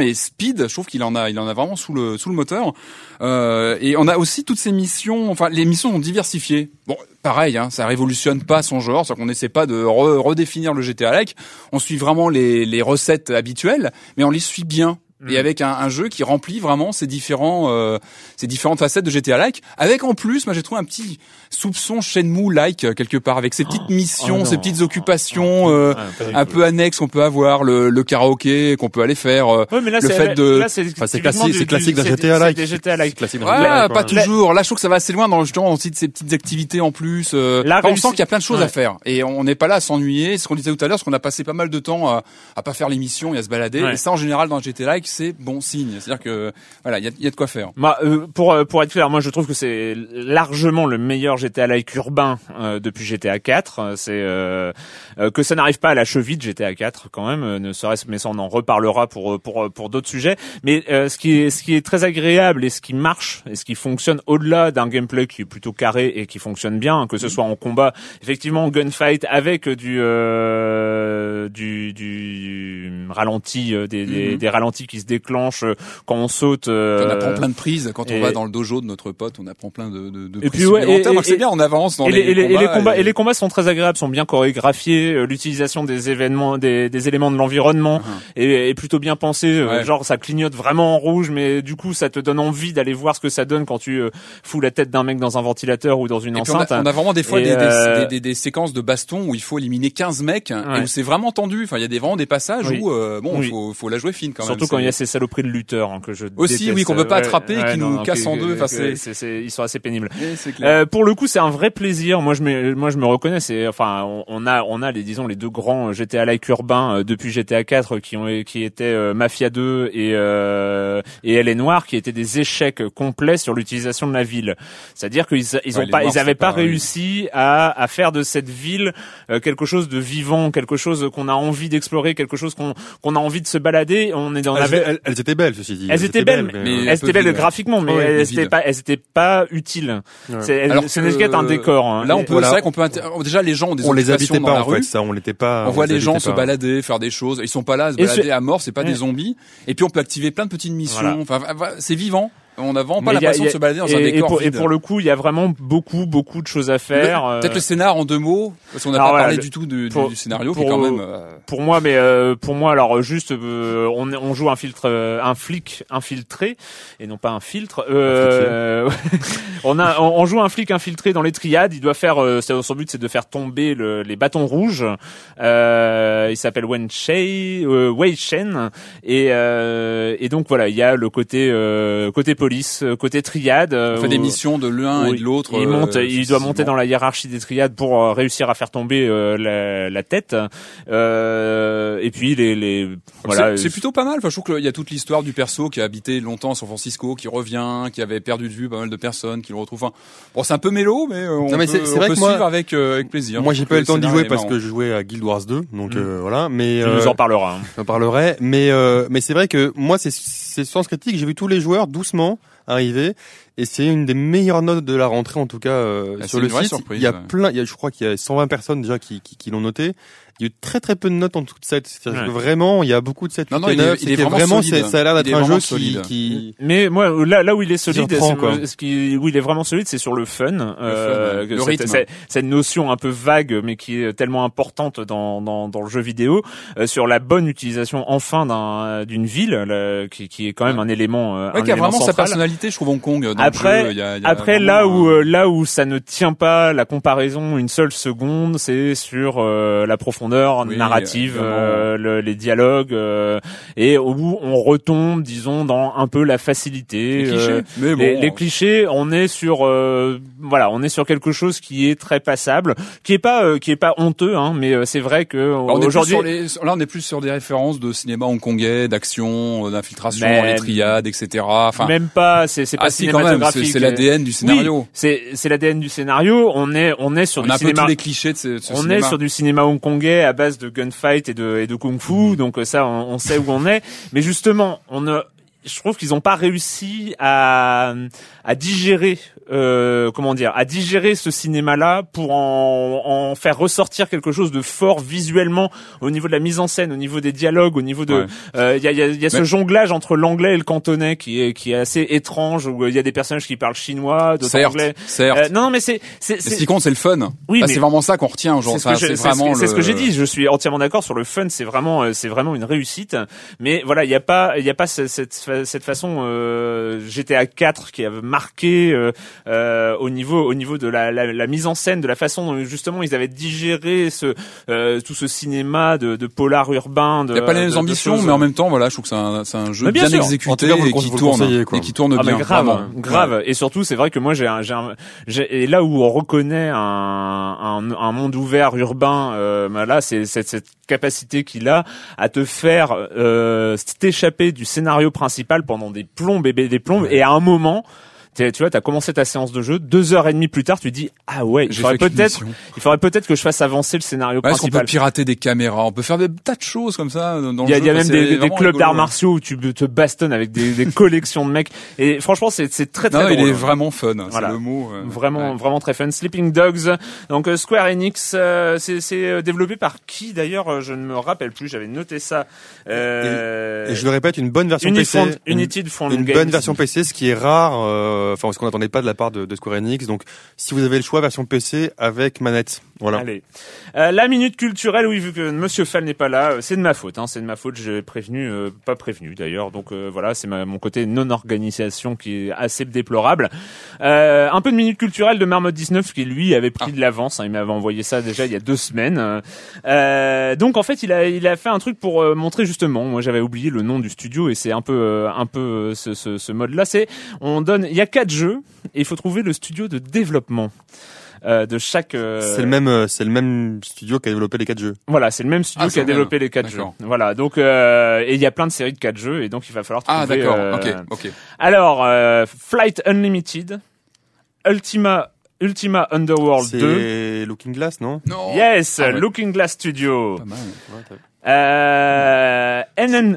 Speaker 3: speed. Je trouve qu'il en a, il en a vraiment sous le sous le moteur. Euh, et on a aussi toutes ces missions. Enfin, les missions sont diversifiées. Bon, pareil, hein, ça révolutionne pas son genre. C'est-à-dire qu'on n'essaie pas de re- redéfinir le G T A-like. On suit vraiment les les recettes habituelles, mais on les suit bien. Et avec un, un jeu qui remplit vraiment ces différents, euh, ces différentes facettes de G T A-like, avec en plus, moi j'ai trouvé un petit soupçon Shenmue-like quelque part, avec ces petites
Speaker 1: oh,
Speaker 3: missions,
Speaker 1: oh
Speaker 3: ces petites occupations euh,
Speaker 1: ouais,
Speaker 3: un peu annexes qu'on peut avoir, le, le karaoké qu'on peut aller faire, euh,
Speaker 1: ouais, mais là,
Speaker 3: le
Speaker 1: c'est,
Speaker 3: fait de,
Speaker 1: là, c'est,
Speaker 4: enfin, c'est classique, c'est classique d'un G T A-like.
Speaker 1: C'est des G T A-like.
Speaker 4: Classique d'un
Speaker 3: ouais,
Speaker 4: G T A,
Speaker 3: pas
Speaker 4: quoi.
Speaker 3: toujours. Là, je trouve que ça va assez loin dans justement dans ces petites activités en plus. Euh,
Speaker 1: La
Speaker 3: enfin, on
Speaker 1: réussi-
Speaker 3: sent qu'il y a plein de choses
Speaker 1: ouais.
Speaker 3: à faire, et on n'est pas là à s'ennuyer. C'est ce qu'on disait tout à l'heure, parce qu'on a passé pas mal de temps à, à pas faire l'émission et à se balader.
Speaker 1: Ouais.
Speaker 3: Et ça, en général, dans un G T A-like, c'est bon signe. C'est-à-dire que voilà, il y a, y a de quoi faire.
Speaker 1: Moi, euh, pour pour être clair, moi je trouve que c'est largement le meilleur G T A-like urbain euh, depuis G T A quatre. C'est euh, euh, que ça n'arrive pas à la cheville de G T A quatre quand même, euh, ne serait-ce, mais ça on en reparlera pour pour pour d'autres sujets. Mais euh, ce qui est ce qui est très agréable et ce qui marche et ce qui fonctionne au-delà d'un gameplay qui est plutôt carré et qui fonctionne bien, que ce soit en combat, effectivement en gunfight avec du euh, du, du ralenti, euh, des, des,
Speaker 3: Mm-hmm.
Speaker 1: des ralentis qui se déclenchent quand on saute. Euh,
Speaker 3: On apprend plein de prises quand on
Speaker 1: et-
Speaker 3: va dans le dojo de notre pote, on apprend plein de, de, de
Speaker 1: Et
Speaker 3: prises
Speaker 1: puis, ouais,
Speaker 3: supplémentaires.
Speaker 1: et-
Speaker 3: Donc
Speaker 1: et-
Speaker 3: c'est bien, on avance dans
Speaker 1: et
Speaker 3: les,
Speaker 1: les, et les- et les
Speaker 3: combats.
Speaker 1: combats et les combats sont très agréables, sont bien chorégraphiés, euh, l'utilisation des événements, des, des éléments de l'environnement
Speaker 3: Uh-huh.
Speaker 1: est, est plutôt bien pensée. euh,
Speaker 3: Ouais.
Speaker 1: Genre ça clignote vraiment en rouge, mais du coup ça te donne envie d'aller voir ce que ça donne quand tu euh, fous la tête d'un mec dans un ventilateur ou dans une
Speaker 3: Et puis on a,
Speaker 1: enceinte.
Speaker 3: on a vraiment des fois
Speaker 1: Et
Speaker 3: des,
Speaker 1: euh,
Speaker 3: des, des, des, des séquences de baston où il faut éliminer quinze mecs
Speaker 1: Ouais.
Speaker 3: et où c'est vraiment tendu. Enfin, il y a des, vraiment des passages
Speaker 1: Oui.
Speaker 3: où euh, bon,
Speaker 1: Oui.
Speaker 3: faut, faut la jouer fine quand
Speaker 1: Surtout
Speaker 3: même.
Speaker 1: quand
Speaker 3: C'est-
Speaker 1: il y a ces saloperies de lutteurs hein, que je
Speaker 3: Aussi,
Speaker 1: déteste.
Speaker 3: oui, qu'on peut pas
Speaker 1: Ouais,
Speaker 3: attraper,
Speaker 1: ouais,
Speaker 3: qui
Speaker 1: non,
Speaker 3: nous
Speaker 1: non,
Speaker 3: cassent
Speaker 1: que-
Speaker 3: en deux. Enfin,
Speaker 1: que-
Speaker 3: c'est-
Speaker 1: c'est, c'est, ils sont assez pénibles.
Speaker 3: Et c'est clair.
Speaker 1: Euh, pour le coup, c'est un vrai plaisir. Moi, je me, moi, je me reconnais. C'est, enfin, on, on a, on a les, disons, les deux grands G T A-like urbains euh, depuis G T A quatre qui ont, qui étaient euh, Mafia deux et euh, et L A Noire, qui étaient des échecs complets sur l'utilisation de la ville. C'est-à-dire qu'ils, ils ont
Speaker 3: Ouais, les
Speaker 1: pas,
Speaker 3: Noirs,
Speaker 1: ils avaient
Speaker 3: c'est
Speaker 1: pas
Speaker 3: pas, oui.
Speaker 1: réussi à, à faire de cette ville euh, quelque chose de vivant, quelque chose qu'on a envie d'explorer, quelque chose qu'on, qu'on a envie de se balader. On est dans, on
Speaker 4: Elles,
Speaker 1: avait,
Speaker 4: elles, elles étaient belles, ceci dit.
Speaker 1: elles étaient belles,
Speaker 3: mais-
Speaker 1: elles
Speaker 3: un
Speaker 1: étaient
Speaker 3: peu
Speaker 1: belles
Speaker 3: vide.
Speaker 1: graphiquement, mais
Speaker 3: Ouais,
Speaker 1: elles
Speaker 3: mais
Speaker 1: étaient
Speaker 3: vide.
Speaker 1: pas, elles étaient pas utiles.
Speaker 4: Ouais.
Speaker 1: C'est, elles-
Speaker 3: Alors
Speaker 1: ce
Speaker 3: que,
Speaker 1: n'est qu'un décor. Hein.
Speaker 3: Là, on
Speaker 1: Et-
Speaker 3: peut,
Speaker 4: voilà.
Speaker 3: c'est vrai qu'on peut inter- déjà les gens ont des
Speaker 4: On les
Speaker 3: occupations
Speaker 4: habitait
Speaker 3: dans
Speaker 4: pas,
Speaker 3: la
Speaker 4: en
Speaker 3: rue.
Speaker 4: fait, ça, on l'était pas.
Speaker 3: On voit
Speaker 4: les
Speaker 3: les gens
Speaker 4: habitait
Speaker 3: se
Speaker 4: pas.
Speaker 3: balader, faire des choses. Ils sont pas là à se
Speaker 1: Et
Speaker 3: balader
Speaker 1: ce-
Speaker 3: à mort, c'est pas
Speaker 1: Ouais.
Speaker 3: des zombies. Et puis on peut activer plein de petites missions.
Speaker 1: Voilà.
Speaker 3: Enfin, c'est vivant. On a vraiment pas
Speaker 1: Mais il y a-
Speaker 3: l'impression
Speaker 1: il y a-
Speaker 3: de se balader dans
Speaker 1: et,
Speaker 3: un
Speaker 1: et
Speaker 3: décor
Speaker 1: pour, et
Speaker 3: vide.
Speaker 1: pour le coup, il y a vraiment beaucoup, beaucoup de choses à faire.
Speaker 3: Le-
Speaker 1: euh,
Speaker 3: Peut-être le scénar en deux mots, parce qu'on n'a
Speaker 1: Alors
Speaker 3: pas
Speaker 1: voilà,
Speaker 3: parlé
Speaker 1: le-
Speaker 3: du tout du, du-
Speaker 1: pour-
Speaker 3: du scénario, qui
Speaker 1: pour-
Speaker 3: est quand même. euh,
Speaker 1: Pour moi, mais euh, pour moi, alors juste, euh, on, on joue un filtre, euh, un flic infiltré et non pas un filtre. Euh, on a, on, on joue un flic infiltré dans les triades. Il doit faire, euh, c'est- son but, c'est de faire tomber le, les bâtons rouges. Euh, il s'appelle Wen Shei, euh, Wei Shen, et euh, et donc voilà, il y a le côté euh, côté police, euh, côté triade.
Speaker 3: On fait des
Speaker 1: où-
Speaker 3: missions de l'un
Speaker 1: où
Speaker 3: et de l'autre.
Speaker 1: Il monte,
Speaker 3: euh,
Speaker 1: il doit monter
Speaker 3: successivement.
Speaker 1: dans la hiérarchie des triades pour euh, réussir à faire tomber euh, la, la tête. Euh, et puis les, les voilà.
Speaker 3: C'est c'est plutôt pas mal. Enfin, je trouve qu'il y a toute l'histoire du perso qui a habité longtemps à San Francisco, qui revient, qui avait perdu de vue pas mal de personnes, qui le retrouve. Enfin, bon, c'est un peu mélo, mais euh, on
Speaker 4: Non, mais
Speaker 3: peut,
Speaker 4: c'est- c'est
Speaker 3: on
Speaker 4: vrai
Speaker 3: peut
Speaker 4: que moi-
Speaker 3: suivre avec avec, euh, avec plaisir.
Speaker 4: Moi, j'ai pas eu le temps d'y jouer parce
Speaker 3: que
Speaker 4: que je jouais à Guild Wars deux, donc
Speaker 1: Mm.
Speaker 4: euh, voilà. Mais
Speaker 1: Tu
Speaker 4: euh,
Speaker 1: nous en parleras. Hein.
Speaker 4: j'en parlerai. Mais euh, mais c'est vrai que moi, c'est c'est sans critique. J'ai vu tous les joueurs doucement arriver, et c'est une des meilleures notes de la rentrée en tout cas euh,
Speaker 3: Ah,
Speaker 4: sur
Speaker 3: c'est
Speaker 4: le
Speaker 3: une vraie
Speaker 4: site.
Speaker 3: surprise,
Speaker 4: il y a
Speaker 3: ouais.
Speaker 4: plein, il y a, je crois qu'il y a cent vingt personnes déjà qui qui, qui l'ont noté. Il y a eu très très peu de notes en toute set. C'est-à-dire
Speaker 1: Ouais.
Speaker 4: que vraiment, il y a beaucoup de sept,
Speaker 3: Non, non,
Speaker 4: huit et
Speaker 3: il est-
Speaker 4: neuf.
Speaker 3: il est
Speaker 4: C'était
Speaker 3: vraiment
Speaker 4: c'est-
Speaker 3: solide.
Speaker 4: ça a l'air
Speaker 3: Il
Speaker 4: d'être
Speaker 3: est
Speaker 4: un jeu
Speaker 3: vraiment
Speaker 4: qui,
Speaker 3: solide.
Speaker 4: qui
Speaker 1: Mais moi, là, là où il est solide,
Speaker 4: surprend,
Speaker 1: c'est-
Speaker 4: quoi.
Speaker 1: ce qui, où il est vraiment solide, c'est sur le fun. euh,
Speaker 3: ouais.
Speaker 1: que
Speaker 3: Le
Speaker 1: cette,
Speaker 3: rythme.
Speaker 1: cette- cette notion un peu vague, mais qui est tellement importante dans dans, dans le jeu vidéo, euh, sur la bonne utilisation enfin d'un d'une ville, là, qui, qui est quand même un élément. Euh,
Speaker 3: Ouais,
Speaker 1: un
Speaker 3: qui a
Speaker 1: élément
Speaker 3: vraiment sa
Speaker 1: central.
Speaker 3: personnalité, je trouve, Hong Kong. Dans
Speaker 1: Après,
Speaker 3: le jeu, il y a, il y a
Speaker 1: après
Speaker 3: vraiment
Speaker 1: là où
Speaker 3: un-
Speaker 1: euh, là où ça ne tient pas la comparaison une seule seconde, c'est sur euh, la profondeur
Speaker 3: Oui,
Speaker 1: narrative,
Speaker 3: évidemment.
Speaker 1: euh, le- les dialogues, euh, et où on retombe, disons, dans un peu la facilité.
Speaker 3: Les clichés.
Speaker 1: euh,
Speaker 3: Mais bon,
Speaker 1: les, les clichés, on est sur, euh, voilà, on est sur quelque chose qui est très passable, qui est pas, euh, qui est pas honteux, hein, mais euh, c'est vrai que
Speaker 3: Bah, on est
Speaker 1: aujourd'hui,
Speaker 3: plus sur les, là, on est plus sur des références de cinéma hongkongais, d'action, euh, d'infiltration
Speaker 1: Mais-
Speaker 3: dans les triades, et cetera. Enfin,
Speaker 1: même pas, c'est c'est pas
Speaker 3: ah si, quand même,
Speaker 1: cinématographique.
Speaker 3: c'est c'est l'A D N du scénario.
Speaker 1: Oui, c'est c'est l'A D N du scénario. On est on est sur
Speaker 3: On
Speaker 1: du
Speaker 3: a un peu
Speaker 1: cinéma.
Speaker 3: tous les clichés de ce, de ce
Speaker 1: On
Speaker 3: cinéma.
Speaker 1: est sur du cinéma hongkongais à base de gunfight et de et de kung-fu,
Speaker 3: Mhm.
Speaker 1: donc euh, ça on, on sait où on est. Mais justement, on ne je trouve qu'ils ont pas réussi à à digérer euh, comment dire à digérer ce cinéma-là pour en, en faire ressortir quelque chose de fort visuellement au niveau de la mise en scène, au niveau des dialogues, au niveau de il ouais. euh, y a il y a, y a ce Mais... jonglage entre l'anglais et le cantonais qui est qui est assez étrange, où il y a des personnages qui parlent chinois, d'autres
Speaker 3: certes,
Speaker 1: anglais.
Speaker 3: Certes.
Speaker 1: Euh, non non mais c'est c'est
Speaker 3: c'est ce qui compte, c'est le fun.
Speaker 1: Oui,
Speaker 3: bah,
Speaker 1: mais
Speaker 3: c'est vraiment ça qu'on retient aujourd'hui.
Speaker 1: C'est, ce que,
Speaker 3: c'est
Speaker 1: je,
Speaker 3: vraiment
Speaker 1: c'est, ce,
Speaker 3: le...
Speaker 1: c'est ce que j'ai dit, je suis entièrement d'accord sur le fun, c'est vraiment c'est vraiment une réussite, mais voilà, il y a pas il y a pas cette cette, cette façon euh, G T A quatre qui a marqué euh, euh, au niveau au niveau de la, la la mise en scène, de la façon dont justement ils avaient digéré ce euh, tout ce cinéma de de polar urbain, de
Speaker 3: il y a pas les mêmes ambitions, mais en même temps voilà, je trouve que c'est un c'est un jeu bien, bien exécuté
Speaker 4: cas,
Speaker 3: et qui tourne et qui tourne
Speaker 1: ah,
Speaker 3: bien.
Speaker 1: Grave,
Speaker 3: vraiment.
Speaker 1: grave. Ouais. Et surtout, c'est vrai que moi j'ai un, j'ai, un, j'ai et là où on reconnaît un un, un monde ouvert urbain, euh, bah là c'est cette, cette capacité qu'il a à te faire euh, t'échapper du scénario principal pendant des plombes et des plombes, ouais. Et à un moment tu vois, t'as commencé ta séance de jeu, deux heures et demie plus tard, tu te dis ah ouais, il faudrait peut-être, il faudrait peut-être que je fasse avancer le scénario
Speaker 3: ouais,
Speaker 1: principal.
Speaker 3: Est-ce qu'on peut pirater des caméras, on peut faire des tas de choses comme ça dans le
Speaker 1: il y a,
Speaker 3: jeu.
Speaker 1: Il y a même des, des clubs d'arts
Speaker 3: ouais.
Speaker 1: martiaux où tu te bastonnes avec des, des collections de mecs. Et franchement, c'est, c'est très très
Speaker 3: non,
Speaker 1: drôle.
Speaker 3: Il est vraiment fun.
Speaker 1: Voilà.
Speaker 3: C'est le mot. Euh,
Speaker 1: vraiment,
Speaker 3: ouais.
Speaker 1: vraiment très fun. Sleeping Dogs. Donc euh, Square Enix, euh, c'est, c'est développé par qui d'ailleurs? Je ne me rappelle plus. J'avais noté ça.
Speaker 4: Euh... Et, et je le répète, une bonne version
Speaker 1: Unity
Speaker 4: P C.
Speaker 1: Unity Front
Speaker 4: Une
Speaker 1: Games.
Speaker 4: bonne version P C, ce qui est rare. Enfin, euh, ce qu'on n'attendait pas de la part de, de Square Enix. Donc, si vous avez le choix, version P C avec manette. Voilà.
Speaker 1: Allez. Euh, la minute culturelle, oui, vu que Monsieur Fall n'est pas là, euh, c'est de ma faute. Hein, c'est de ma faute. J'ai prévenu, euh, pas prévenu d'ailleurs. Donc euh, voilà, c'est ma, mon côté non-organisation qui est assez déplorable. Euh, un peu de minute culturelle de Marmotte dix-neuf qui lui avait pris ah. de l'avance. Hein, il m'avait envoyé ça déjà il y a deux semaines. Euh, donc en fait, il a, il a fait un truc pour euh, montrer justement. Moi, j'avais oublié le nom du studio et c'est un peu, euh, un peu euh, ce, ce, ce mode-là. C'est, on donne, il y a quatre jeux et il faut trouver le studio de développement. Euh, de chaque. Euh...
Speaker 4: C'est le même, euh, c'est le même studio qui a développé les quatre jeux.
Speaker 1: Voilà, c'est le même studio ah, qui a développé les quatre jeux. Voilà, donc euh, et il y a plein de séries de quatre jeux et donc il va falloir trouver.
Speaker 3: Ah d'accord,
Speaker 1: euh...
Speaker 3: ok, ok.
Speaker 1: Alors, euh, Flight Unlimited, Ultima, Ultima Underworld
Speaker 4: c'est
Speaker 1: deux.
Speaker 4: C'est Looking Glass, non?
Speaker 3: Non.
Speaker 1: Yes,
Speaker 3: ah, ouais.
Speaker 1: Looking Glass Studio.
Speaker 3: Pas mal.
Speaker 1: Ouais, euh, N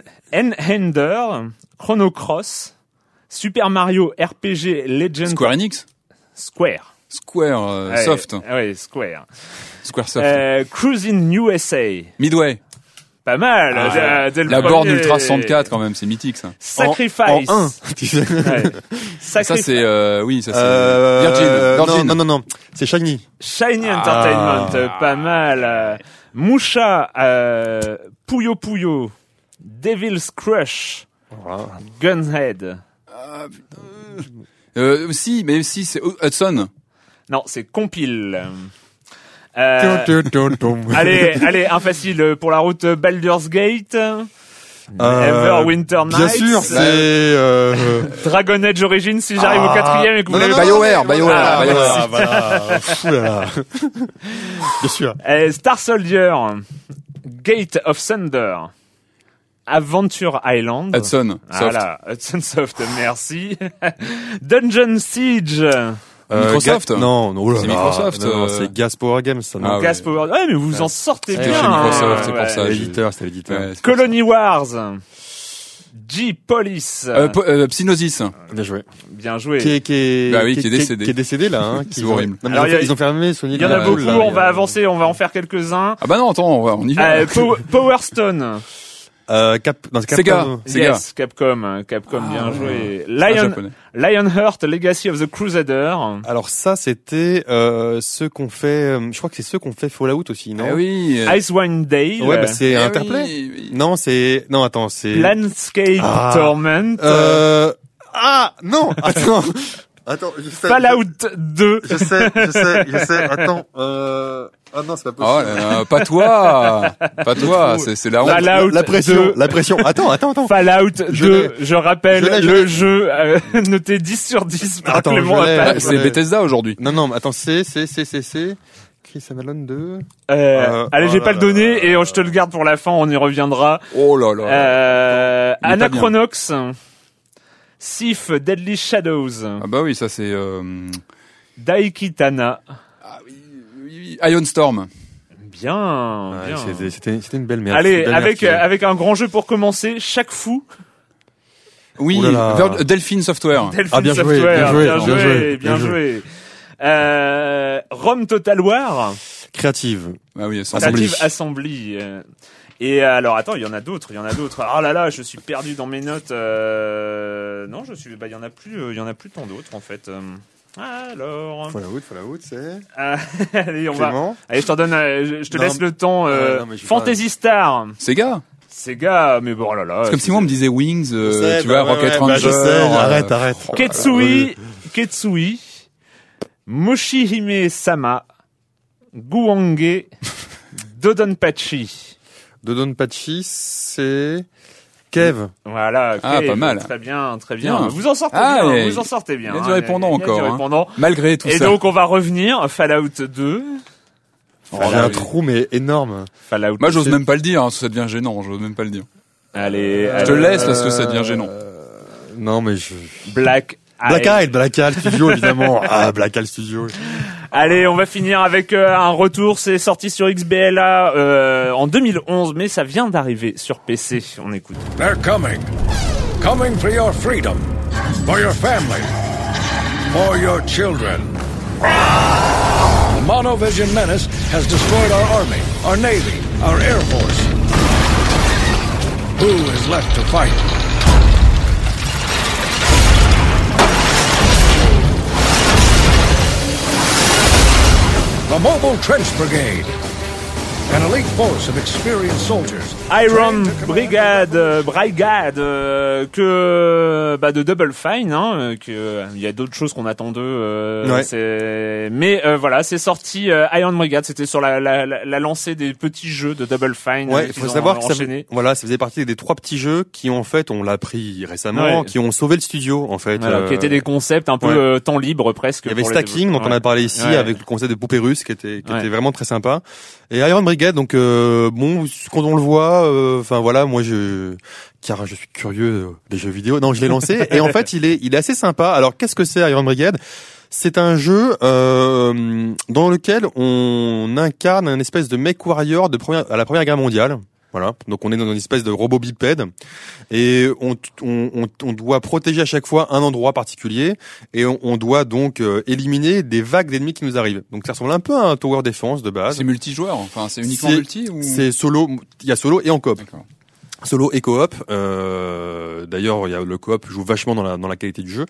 Speaker 1: N Chrono Cross, Super Mario R P G Legend.
Speaker 3: Square Enix.
Speaker 1: Square.
Speaker 3: Square euh,
Speaker 1: ouais,
Speaker 3: Soft.
Speaker 1: Ouais, Square.
Speaker 3: Square Soft.
Speaker 1: Euh, Cruising U S A.
Speaker 3: Midway.
Speaker 1: Pas mal.
Speaker 3: Ah,
Speaker 1: dès, dès
Speaker 3: la borne Ultra soixante-quatre quand même, c'est mythique ça.
Speaker 1: Sacrifice.
Speaker 4: En, en un.
Speaker 1: Ouais.
Speaker 3: Ça c'est euh, oui, ça c'est
Speaker 4: euh,
Speaker 3: Virgin. Virgin.
Speaker 4: Non non non non, c'est Shiny.
Speaker 1: Shiny ah. Entertainment, pas mal. Musha, euh, Puyo Puyo, Devil's Crush, wow. Gunhead.
Speaker 3: Ah, euh, si, mais si c'est Hudson.
Speaker 1: Non, c'est Compile. Euh, allez, allez, un facile pour la route Baldur's Gate. Euh, Everwinter Nights.
Speaker 4: Bien sûr, c'est euh...
Speaker 1: Dragon Age Origins. Si j'arrive ah, au quatrième et que vous
Speaker 3: l'avez
Speaker 1: pas.
Speaker 3: BioWare, BioWare,
Speaker 1: ah,
Speaker 3: BioWare.
Speaker 4: Voilà, voilà. Bien sûr.
Speaker 1: Euh, Star Soldier, Gate of Thunder, Adventure Island.
Speaker 3: Hudson Soft.
Speaker 1: Voilà, Hudson Soft, merci. Dungeon Siege.
Speaker 3: Euh, Microsoft
Speaker 4: Ga- Non, non,
Speaker 3: c'est Microsoft.
Speaker 4: Non, non,
Speaker 3: euh...
Speaker 4: c'est Gas Power Games, ça. Non
Speaker 3: ah,
Speaker 1: Gas ouais. Power. Ouais, mais vous ouais. en sortez
Speaker 3: c'était
Speaker 1: bien.
Speaker 3: C'était chez Microsoft,
Speaker 1: hein,
Speaker 3: c'est
Speaker 1: ouais.
Speaker 3: pour ça.
Speaker 4: C'était l'éditeur, c'était l'éditeur.
Speaker 3: Ouais,
Speaker 1: Colony Wars. G-Police.
Speaker 3: Euh, po- euh, Psygnosis.
Speaker 4: Bien joué.
Speaker 1: Bien joué.
Speaker 4: Qui est, qui est,
Speaker 3: bah oui, qui,
Speaker 4: qui
Speaker 3: est décédé.
Speaker 4: Qui est décédé, là, hein.
Speaker 3: C'est horrible.
Speaker 4: Non, Alors, ils, ont, a, ils ont fermé Sony.
Speaker 1: Il y en a beaucoup, là, on va avancer, on va en faire quelques-uns.
Speaker 3: Ah bah non, attends, on, va, on y va.
Speaker 1: Euh, Pow- Power Stone.
Speaker 4: Euh, Cap, dans Capcom.
Speaker 3: Sega.
Speaker 1: Yes, Capcom, Capcom, ah, bien joué.
Speaker 3: Ouais.
Speaker 1: Lion, Lionheart, Legacy of the Crusader.
Speaker 4: Alors ça, c'était euh, ceux qu'on fait. Euh, je crois que c'est ceux qu'on fait Fallout aussi, non?
Speaker 3: Ah oui.
Speaker 1: Icewind Dale.
Speaker 4: Ouais, bah c'est
Speaker 3: eh
Speaker 4: Interplay.
Speaker 3: Oui, oui.
Speaker 4: Non, c'est non, attends, c'est
Speaker 1: Planescape
Speaker 4: ah.
Speaker 1: Torment.
Speaker 4: Euh... Ah non, attends. Attends, je sais.
Speaker 1: Fallout deux.
Speaker 4: Je sais, je sais, je sais. Attends. Euh... Ah non, c'est pas possible.
Speaker 3: Oh là là, pas toi, pas toi. C'est, c'est la honte.
Speaker 1: Fallout
Speaker 4: la pression, deux. la pression. Attends, attends, attends.
Speaker 1: Fallout
Speaker 4: je
Speaker 1: deux.
Speaker 4: l'ai.
Speaker 1: Je rappelle
Speaker 4: je l'ai, je
Speaker 1: le
Speaker 4: l'ai.
Speaker 1: jeu euh, noté dix sur dix par
Speaker 4: attends,
Speaker 1: Clément Attal.
Speaker 3: C'est Bethesda aujourd'hui.
Speaker 4: Non, non, attends, c'est, c'est, c'est, c'est, c'est. Chris Avalon deux.
Speaker 1: Euh, euh, allez,
Speaker 4: oh
Speaker 1: j'ai
Speaker 4: là
Speaker 1: pas
Speaker 4: là
Speaker 1: le donné
Speaker 4: là
Speaker 1: et
Speaker 4: là
Speaker 1: je te le garde pour la fin. On y reviendra.
Speaker 3: Oh là là.
Speaker 1: Euh, Anachronox. Sif, Deadly Shadows.
Speaker 3: Ah bah oui, ça c'est. Euh...
Speaker 1: Daikitana.
Speaker 3: Ah oui, oui, oui. Ion Storm.
Speaker 1: Bien,
Speaker 4: ouais,
Speaker 1: bien.
Speaker 4: C'était, c'était, c'était une belle merde.
Speaker 1: Allez,
Speaker 4: belle
Speaker 1: avec
Speaker 4: merde
Speaker 1: euh, avec un grand jeu pour commencer, Chaque Fou.
Speaker 3: Oui, vers Delphine Software.
Speaker 1: Delphine
Speaker 4: ah, bien
Speaker 1: Software,
Speaker 4: joué, bien joué,
Speaker 1: bien
Speaker 4: bien
Speaker 1: joué,
Speaker 4: joué,
Speaker 1: bien joué. joué. Euh, Rome Total War.
Speaker 4: Créative.
Speaker 3: Ah oui,
Speaker 1: Creative Assembly. Euh, et alors, attends, il y en a d'autres, il y en a d'autres. Oh là là, je suis perdu dans mes notes. Euh... Non, je suis, bah, il y en a plus, il y en a plus tant d'autres, en fait. Alors.
Speaker 4: Fallout, Fallout, c'est.
Speaker 1: Ah, allez, on
Speaker 4: Clément.
Speaker 1: va. Allez, je t'en donne, je, je te
Speaker 4: non,
Speaker 1: laisse le temps. Euh,
Speaker 4: euh, non,
Speaker 1: Fantasy
Speaker 4: pas...
Speaker 1: Star.
Speaker 3: Sega.
Speaker 1: Sega, mais bon, oh là là.
Speaker 3: C'est comme si moi on me disait Wings, euh,
Speaker 4: sais,
Speaker 3: tu
Speaker 4: bah,
Speaker 3: vois,
Speaker 4: ouais,
Speaker 3: Rocket
Speaker 4: ouais,
Speaker 3: Ranger.
Speaker 4: Bah, je sais,
Speaker 3: euh,
Speaker 4: arrête, arrête.
Speaker 1: Ketsui, Ketsui, Moshihime Sama, Guange, Dodonpachi.
Speaker 4: Dodonpachi, c'est Kev.
Speaker 1: Voilà.
Speaker 3: Ah,
Speaker 1: Kev,
Speaker 3: pas mal.
Speaker 1: Très bien, très bien.
Speaker 3: bien.
Speaker 1: Vous en sortez
Speaker 3: ah,
Speaker 1: bien.
Speaker 3: et...
Speaker 1: Vous en sortez bien.
Speaker 3: Il y a du répondant
Speaker 1: hein,
Speaker 3: encore.
Speaker 1: Il y a du répondant.
Speaker 3: Hein. Malgré tout
Speaker 1: et
Speaker 3: ça.
Speaker 1: Et donc on va revenir Fallout deux.
Speaker 4: Oh, j'ai un trou mais énorme.
Speaker 1: Fallout.
Speaker 3: Moi, j'ose même pas le dire. Hein, ça devient gênant. J'ose même pas le dire.
Speaker 1: Allez.
Speaker 3: Je te
Speaker 1: allez,
Speaker 3: laisse
Speaker 1: euh...
Speaker 3: parce que ça devient gênant.
Speaker 4: Non mais je.
Speaker 1: Black.
Speaker 4: Black Isle, Black Isle Studio évidemment. Ah, Black Isle Studio.
Speaker 1: Allez, on va finir avec euh, un retour. C'est sorti sur X B L A euh, en deux mille onze, mais ça vient d'arriver sur P C. On écoute.
Speaker 10: They're coming. Coming for your freedom. For your family. For your children. The Monovision menace has destroyed our army, our navy, our air force. Who is left to fight? The Mobile Trench Brigade. An elite force of experienced soldiers.
Speaker 1: Iron Brigade, euh, Brigade, euh, que bah de Double Fine, hein, que euh, il y a d'autres choses qu'on attend d'eux. Euh,
Speaker 4: ouais.
Speaker 1: c'est... Mais euh, voilà, c'est sorti euh, Iron Brigade. C'était sur la, la, la, la lancée des petits jeux de Double Fine.
Speaker 4: Ouais,
Speaker 1: il
Speaker 4: faut savoir que ça, voilà, ça faisait partie des trois petits jeux qui en fait, on l'a appris récemment, ouais. qui ont sauvé le studio en fait.
Speaker 1: Voilà,
Speaker 4: euh...
Speaker 1: qui étaient des concepts un peu ouais. euh, temps libre presque.
Speaker 4: Il y avait Stacking dont ouais. on a parlé ici ouais. avec le concept de poupée russe qui était qui ouais. était vraiment très sympa. Et Iron Brigade, donc euh, bon, quand on le voit, enfin euh, voilà, moi je, car je suis curieux des jeux vidéo. Non, je l'ai lancé et en fait il est, il est assez sympa. Alors qu'est-ce que c'est Iron Brigade ? C'est un jeu euh, dans lequel on incarne un espèce de mech warrior de première, à la Première Guerre mondiale. Voilà, donc on est dans une espèce de robot bipède et on, on, on, on doit protéger à chaque fois un endroit particulier et on, on doit donc euh, éliminer des vagues d'ennemis qui nous arrivent. Donc ça ressemble un peu à un tower defense de base.
Speaker 3: C'est multijoueur, enfin c'est uniquement
Speaker 4: c'est,
Speaker 3: multi ou
Speaker 4: c'est solo, il y a solo et en coop. D'accord. Solo et coop. Euh, d'ailleurs, il y a le coop joue vachement dans la dans la qualité du jeu.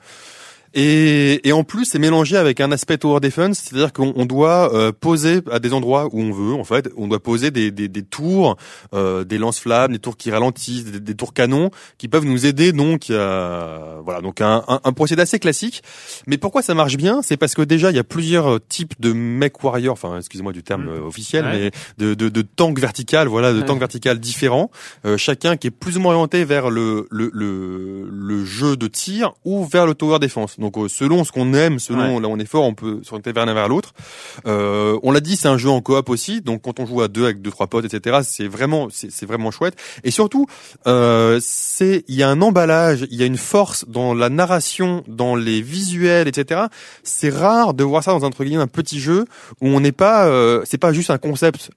Speaker 4: Et, et en plus, c'est mélangé avec un aspect tower defense, c'est-à-dire qu'on on doit euh, poser à des endroits où on veut. En fait, on doit poser des, des, des tours, euh, des lance-flammes, des tours qui ralentissent, des, des tours canons, qui peuvent nous aider. Donc, euh, voilà, donc un, un, un procédé assez classique. Mais pourquoi ça marche bien ? C'est parce que déjà, il y a plusieurs types de mech warrior, enfin, excusez-moi du terme mmh. officiel, ouais. mais de, de, de tanks verticales, voilà, de ouais. tanks verticales différents. Euh, chacun qui est plus ou moins orienté vers le, le, le, le jeu de tir ou vers le tower defense. Donc selon ce qu'on aime, selon ouais. là où on est fort, on peut s'orienter vers l'un vers l'autre. Euh, on l'a dit, c'est un jeu en coop aussi, donc quand on joue à deux avec deux trois potes, et cetera, c'est vraiment c'est, c'est vraiment chouette. Et surtout, euh, c'est il y a un emballage, il y a une force dans la narration, dans les visuels, et cetera. C'est rare de voir ça dans un entre guillemets un petit jeu où on n'est pas, euh, c'est pas juste un concept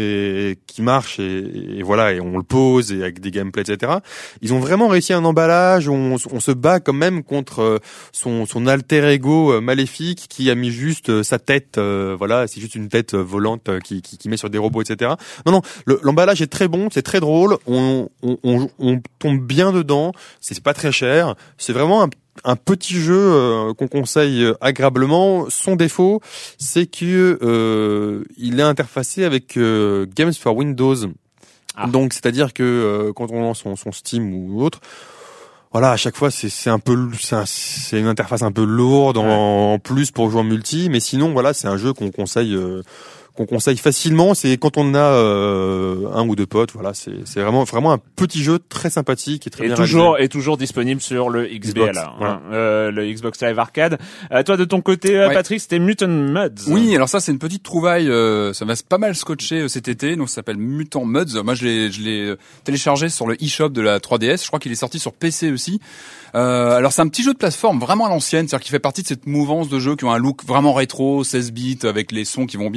Speaker 4: et qui marche et, et voilà et on le pose et avec des gameplays, et cetera. Ils ont vraiment réussi un emballage où on, on se bat quand même contre son son alter ego maléfique qui a mis juste sa tête, euh, voilà, c'est juste une tête volante qui, qui, qui met sur des robots, et cetera. Non, non, le, l'emballage est très bon, c'est très drôle, on, on, on, on tombe bien dedans, c'est, c'est pas très cher, c'est vraiment un, un petit jeu euh, qu'on conseille agréablement. Son défaut, c'est que euh, il est interfacé avec euh, Games for Windows, ah. donc c'est-à-dire que euh, quand on lance son, son Steam ou autre. Voilà, à chaque fois, c'est, c'est un peu, c'est, un, c'est une interface un peu lourde en, en plus pour jouer en multi, mais sinon, voilà, c'est un jeu qu'on conseille, euh, qu'on conseille facilement. C'est quand on a euh, un ou deux potes, voilà, c'est, c'est vraiment, vraiment un petit jeu très sympathique et très
Speaker 1: et
Speaker 4: bien
Speaker 1: toujours,
Speaker 4: réalisé.
Speaker 1: Et toujours disponible sur le X B L A,
Speaker 4: Xbox,
Speaker 1: hein,
Speaker 4: voilà.
Speaker 1: euh, le Xbox Live Arcade. Euh, toi, de ton côté, ouais. Patrick, c'était Mutant Mudds.
Speaker 3: Oui, alors ça, c'est une petite trouvaille. Euh, ça va pas mal scotcher euh, cet été. Donc, ça s'appelle Mutant Mudds. Moi, je l'ai, je l'ai téléchargé sur le eShop de la trois D S. Je crois qu'il est sorti sur P C aussi. Euh, alors c'est un petit jeu de plateforme vraiment à l'ancienne, c'est-à-dire qu'il fait partie de cette mouvance de jeux qui ont un look vraiment rétro, seize bits avec les sons qui vont bien.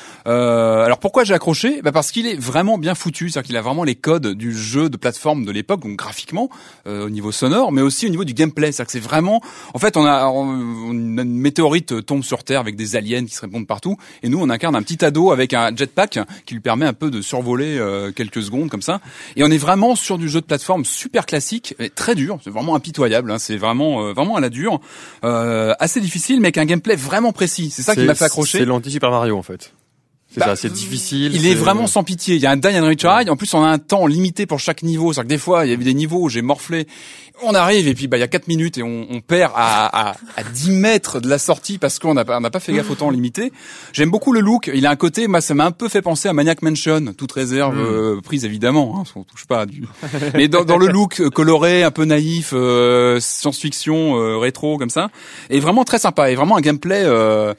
Speaker 3: Euh, alors pourquoi j'ai accroché? Bah parce qu'il est vraiment bien foutu, c'est-à-dire qu'il a vraiment les codes du jeu de plateforme de l'époque, donc graphiquement, euh, au niveau sonore, mais aussi au niveau du gameplay. C'est-à-dire que c'est vraiment, en fait, on a, on, une météorite tombe sur Terre avec des aliens qui se répondent partout, et nous on incarne un petit ado avec un jetpack qui lui permet un peu de survoler euh, quelques secondes comme ça. Et on est vraiment sur du jeu de plateforme super classique, et très dur, c'est vraiment impitoyable. Hein, c'est vraiment, euh, vraiment à la dure, euh, assez difficile, mais avec un gameplay vraiment précis. C'est ça
Speaker 4: c'est,
Speaker 3: qui m'a fait accrocher.
Speaker 4: C'est l'anti-Super Mario en fait. C'est
Speaker 3: bah,
Speaker 4: ça, c'est difficile.
Speaker 3: Il
Speaker 4: c'est...
Speaker 3: est vraiment sans pitié. Il y a un die and retry. En plus, on a un temps limité pour chaque niveau. C'est-à-dire que des fois, il y a eu des niveaux où j'ai morflé. On arrive et puis bah il y a quatre minutes et on, on perd à, à, à dix mètres de la sortie parce qu'on n'a pas, on n'a pas fait gaffe au temps limité. J'aime beaucoup le look. Il a un côté, moi, ça m'a un peu fait penser à Maniac Mansion, toute réserve mm. euh, prise évidemment. Hein, on touche pas. Du... Mais dans, dans le look coloré, un peu naïf, euh, science-fiction, euh, rétro comme ça, et vraiment très sympa. Et vraiment un gameplay. Euh,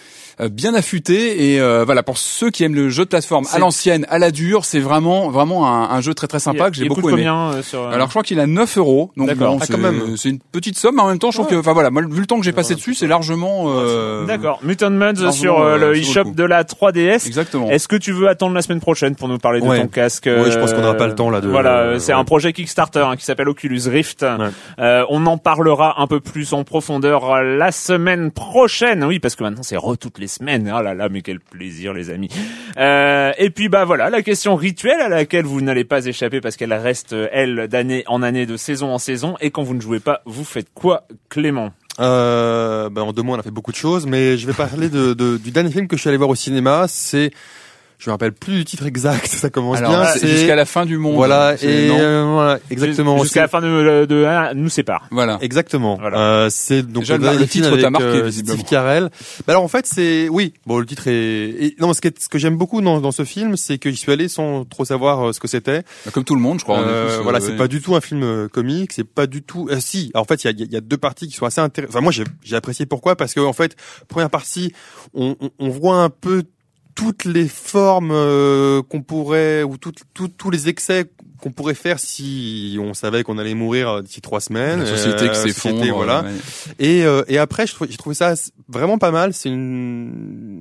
Speaker 3: bien affûté et euh, voilà, pour ceux qui aiment le jeu de plateforme c'est... à l'ancienne, à la dure, c'est vraiment vraiment un, un jeu très très sympa a, que j'ai beaucoup aimé.
Speaker 1: Combien, euh, sur...
Speaker 3: Alors je crois qu'il a neuf euros, donc bon,
Speaker 1: ah,
Speaker 3: c'est,
Speaker 1: quand même.
Speaker 3: c'est une petite somme, mais en même temps je trouve ouais. que, enfin voilà, moi, vu le temps que j'ai passé dessus, c'est largement. Euh...
Speaker 1: D'accord. Mutant Mudds sur euh, le eShop de la trois D S.
Speaker 3: Exactement.
Speaker 1: Est-ce que tu veux attendre la semaine prochaine pour nous parler de
Speaker 4: ouais.
Speaker 1: ton casque?
Speaker 4: Oui, je pense qu'on n'aura pas le temps là de.
Speaker 1: Voilà,
Speaker 4: euh,
Speaker 1: c'est
Speaker 4: ouais.
Speaker 1: un projet Kickstarter hein, qui s'appelle Oculus Rift.
Speaker 4: Ouais.
Speaker 1: Euh, on en parlera un peu plus en profondeur la semaine prochaine. Oui, parce que maintenant c'est re toutes les semaines. Oh là là. Mais quel plaisir les amis. Euh, et puis bah voilà, la question rituelle à laquelle vous n'allez pas échapper parce qu'elle reste elle d'année en année, de saison en saison. Et quand vous ne jouez pas, vous faites quoi, Clément?
Speaker 4: Euh, ben en deux mois on a fait beaucoup de choses, mais je vais parler de, de du dernier film que je suis allé voir au cinéma. C'est je me rappelle plus du titre exact, ça commence
Speaker 3: Alors,
Speaker 4: bien.
Speaker 3: C'est, c'est jusqu'à la fin du monde.
Speaker 4: Voilà,
Speaker 3: c'est,
Speaker 4: et euh, voilà, exactement.
Speaker 1: Jusqu'à la fin de, de, de ah, nous sépare.
Speaker 4: Voilà, exactement. Voilà. Euh, c'est donc
Speaker 3: déjà, le, le titre
Speaker 4: avec,
Speaker 3: t'a marqué
Speaker 4: euh,
Speaker 3: visiblement.
Speaker 4: Steve Carell. Bah alors en fait c'est oui, bon le titre est. Et, non, ce que ce que j'aime beaucoup dans, dans ce film, c'est que j'y suis allé sans trop savoir euh, ce que c'était.
Speaker 3: Bah, comme tout le monde, je crois.
Speaker 4: Euh,
Speaker 3: tous,
Speaker 4: voilà,
Speaker 3: euh,
Speaker 4: c'est
Speaker 3: ouais.
Speaker 4: pas du tout un film euh, comique, c'est pas du tout. Euh, si, alors, en fait il y a, y a deux parties qui sont assez intéressantes. Enfin moi j'ai, j'ai apprécié pourquoi parce que en fait première partie on, on, on voit un peu toutes les formes euh, qu'on pourrait ou toutes tout, tous les excès qu'on pourrait faire si on savait qu'on allait mourir d'ici trois semaines.
Speaker 3: La société
Speaker 4: euh,
Speaker 3: qui s'effondre,
Speaker 4: voilà.
Speaker 3: Ouais.
Speaker 4: Et euh, et après, je trouve, j'ai trouvé ça vraiment pas mal. C'est une,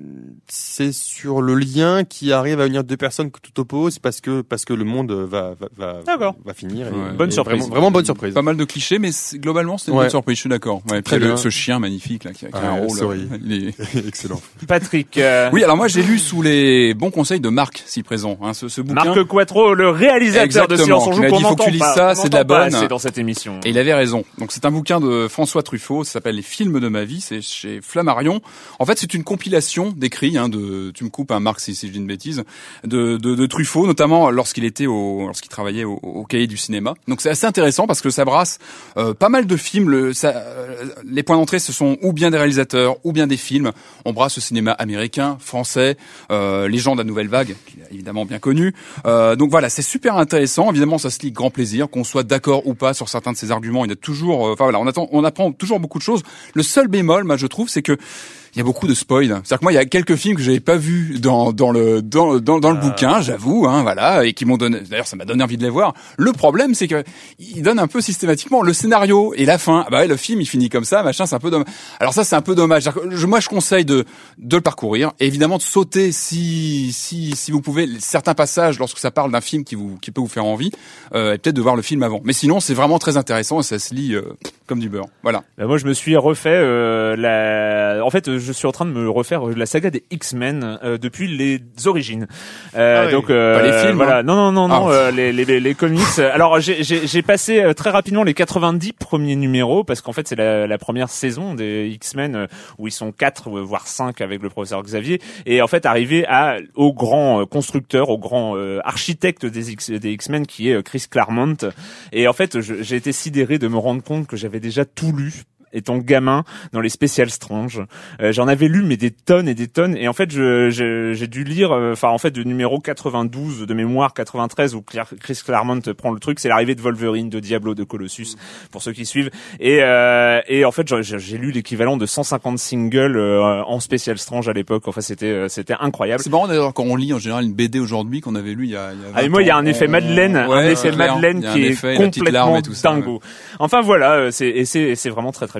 Speaker 4: c'est sur le lien qui arrive à unir deux personnes que tout oppose parce que parce que le monde va va va,
Speaker 1: d'accord.
Speaker 4: va finir.
Speaker 3: Ouais.
Speaker 4: Et,
Speaker 1: bonne
Speaker 4: et
Speaker 1: surprise.
Speaker 4: Vraiment, vraiment bonne surprise.
Speaker 3: Pas mal de clichés, mais c'est, globalement c'était une
Speaker 4: ouais.
Speaker 3: bonne surprise. Je suis d'accord. Ouais,
Speaker 4: très
Speaker 3: le,
Speaker 4: bien.
Speaker 3: Ce chien magnifique là qui a, qui a
Speaker 4: ah,
Speaker 3: un rôle.
Speaker 4: Sorry.
Speaker 3: Il est
Speaker 4: excellent.
Speaker 1: Patrick. Euh...
Speaker 3: Oui, alors moi j'ai lu sous les bons conseils de Marc, si présent, hein, ce, ce bouquin.
Speaker 1: Marc Quattro, le réalisateur
Speaker 3: Exactement,
Speaker 1: de Silence on joue, qu'on
Speaker 3: il faut que tu lises
Speaker 1: pas,
Speaker 3: ça, c'est de la bonne.
Speaker 1: C'est dans cette émission.
Speaker 3: Et il avait raison. Donc c'est un bouquin de François Truffaut, ça s'appelle Les films de ma vie, c'est chez Flammarion. En fait, c'est une compilation d'écrits, hein, de, tu me coupes, hein, Marc, si, si je dis une bêtise, de, de, de Truffaut, notamment lorsqu'il était au, lorsqu'il travaillait au, au Cahier du cinéma. Donc c'est assez intéressant parce que ça brasse euh, pas mal de films. Le, ça, euh, les points d'entrée, ce sont ou bien des réalisateurs, ou bien des films. On brasse le cinéma américain, français, euh, les gens de la nouvelle vague, évidemment bien connus. Euh, donc voilà, c'est super intéressant. Évidemment, ça se lit grand plaisir, qu'on soit d'accord ou pas sur certains de ces arguments. Il y a toujours, enfin euh, voilà, on attend, on apprend toujours beaucoup de choses. Le seul bémol, moi je trouve, c'est que il y a beaucoup de spoil. C'est-à-dire que moi, il y a quelques films que j'avais pas vus dans dans le dans dans, dans le euh... bouquin, j'avoue, hein, voilà, et qui m'ont donné. D'ailleurs, ça m'a donné envie de les voir. Le problème, c'est que il donne un peu systématiquement le scénario et la fin. Ah bah ouais, le film, il finit comme ça, machin. C'est un peu dommage. Alors ça, c'est un peu dommage. Je, moi, je conseille de de le parcourir et évidemment de sauter si si si vous pouvez certains passages lorsque ça parle d'un film qui vous qui peut vous faire envie, euh, et peut-être de voir le film avant. Mais sinon, c'est vraiment très intéressant et ça se lit euh, comme du beurre. Voilà.
Speaker 1: Bah moi, je me suis refait euh, la. En fait. Je suis en train de me refaire la saga des X-Men euh, depuis les origines. Euh, ah oui. Donc euh,
Speaker 3: pas les films.
Speaker 1: Voilà,
Speaker 3: hein.
Speaker 1: non non non non,
Speaker 3: ah.
Speaker 1: euh, les, les les comics. Alors j'ai j'ai j'ai passé euh, très rapidement les quatre-vingt-dix premiers numéros parce qu'en fait c'est la, la première saison des X-Men euh, où ils sont quatre voire cinq avec le professeur Xavier et en fait arrivé à au grand constructeur, au grand euh, architecte des X, des X-Men qui est euh, Chris Claremont et en fait je, j'ai été sidéré de me rendre compte que j'avais déjà tout lu étant gamin dans les Special Strange. Euh, j'en avais lu mais des tonnes et des tonnes et en fait je, je j'ai dû lire enfin euh, en fait de numéro quatre-vingt-douze de mémoire quatre-vingt-treize où Chris Claremont prend le truc, c'est l'arrivée de Wolverine, de Diablo, de Colossus pour ceux qui suivent et euh, et en fait j'ai, j'ai lu l'équivalent de cent cinquante singles euh, en Special Strange à l'époque. Enfin c'était c'était incroyable.
Speaker 3: C'est marrant d'ailleurs quand on lit en général une B D aujourd'hui qu'on avait lu il y a, il y a
Speaker 1: ah et moi il y a un effet Madeleine,
Speaker 3: ouais,
Speaker 1: un effet Madeleine qui est complètement dingo. Enfin voilà, c'est et c'est c'est vraiment très très bien.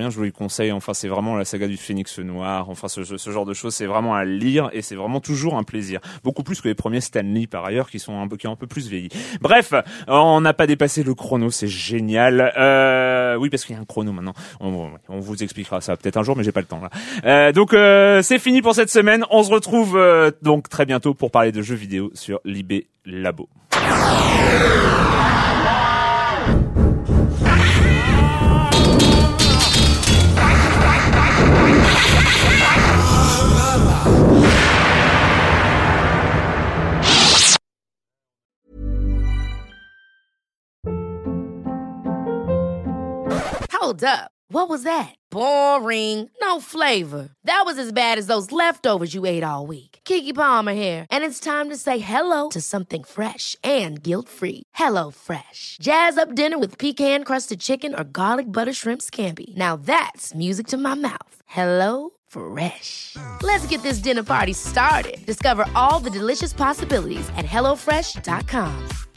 Speaker 1: rien, je vous le conseille. Enfin, c'est vraiment la saga du Phénix Noir. Enfin, ce, ce genre de choses, c'est vraiment à lire et c'est vraiment toujours un plaisir. Beaucoup plus que les premiers Stanley, par ailleurs, qui sont un peu, qui ont un peu plus vieilli. Bref, on n'a pas dépassé le chrono, c'est génial. Euh, oui, parce qu'il y a un chrono maintenant. On, on vous expliquera ça peut-être un jour, mais j'ai pas le temps là. Euh, donc, euh, c'est fini pour cette semaine. On se retrouve euh, donc très bientôt pour parler de jeux vidéo sur Libé Labo.
Speaker 2: Hold up. What was that? Boring. No flavor. That was as bad as those leftovers you ate all week. Keke Palmer here, and it's time to say hello to something fresh and guilt-free. Hello Fresh. Jazz up dinner with pecan-crusted chicken or garlic butter shrimp scampi. Now that's music to my mouth. Hello Fresh. Let's get this dinner party started. Discover all the delicious possibilities at hello fresh dot com.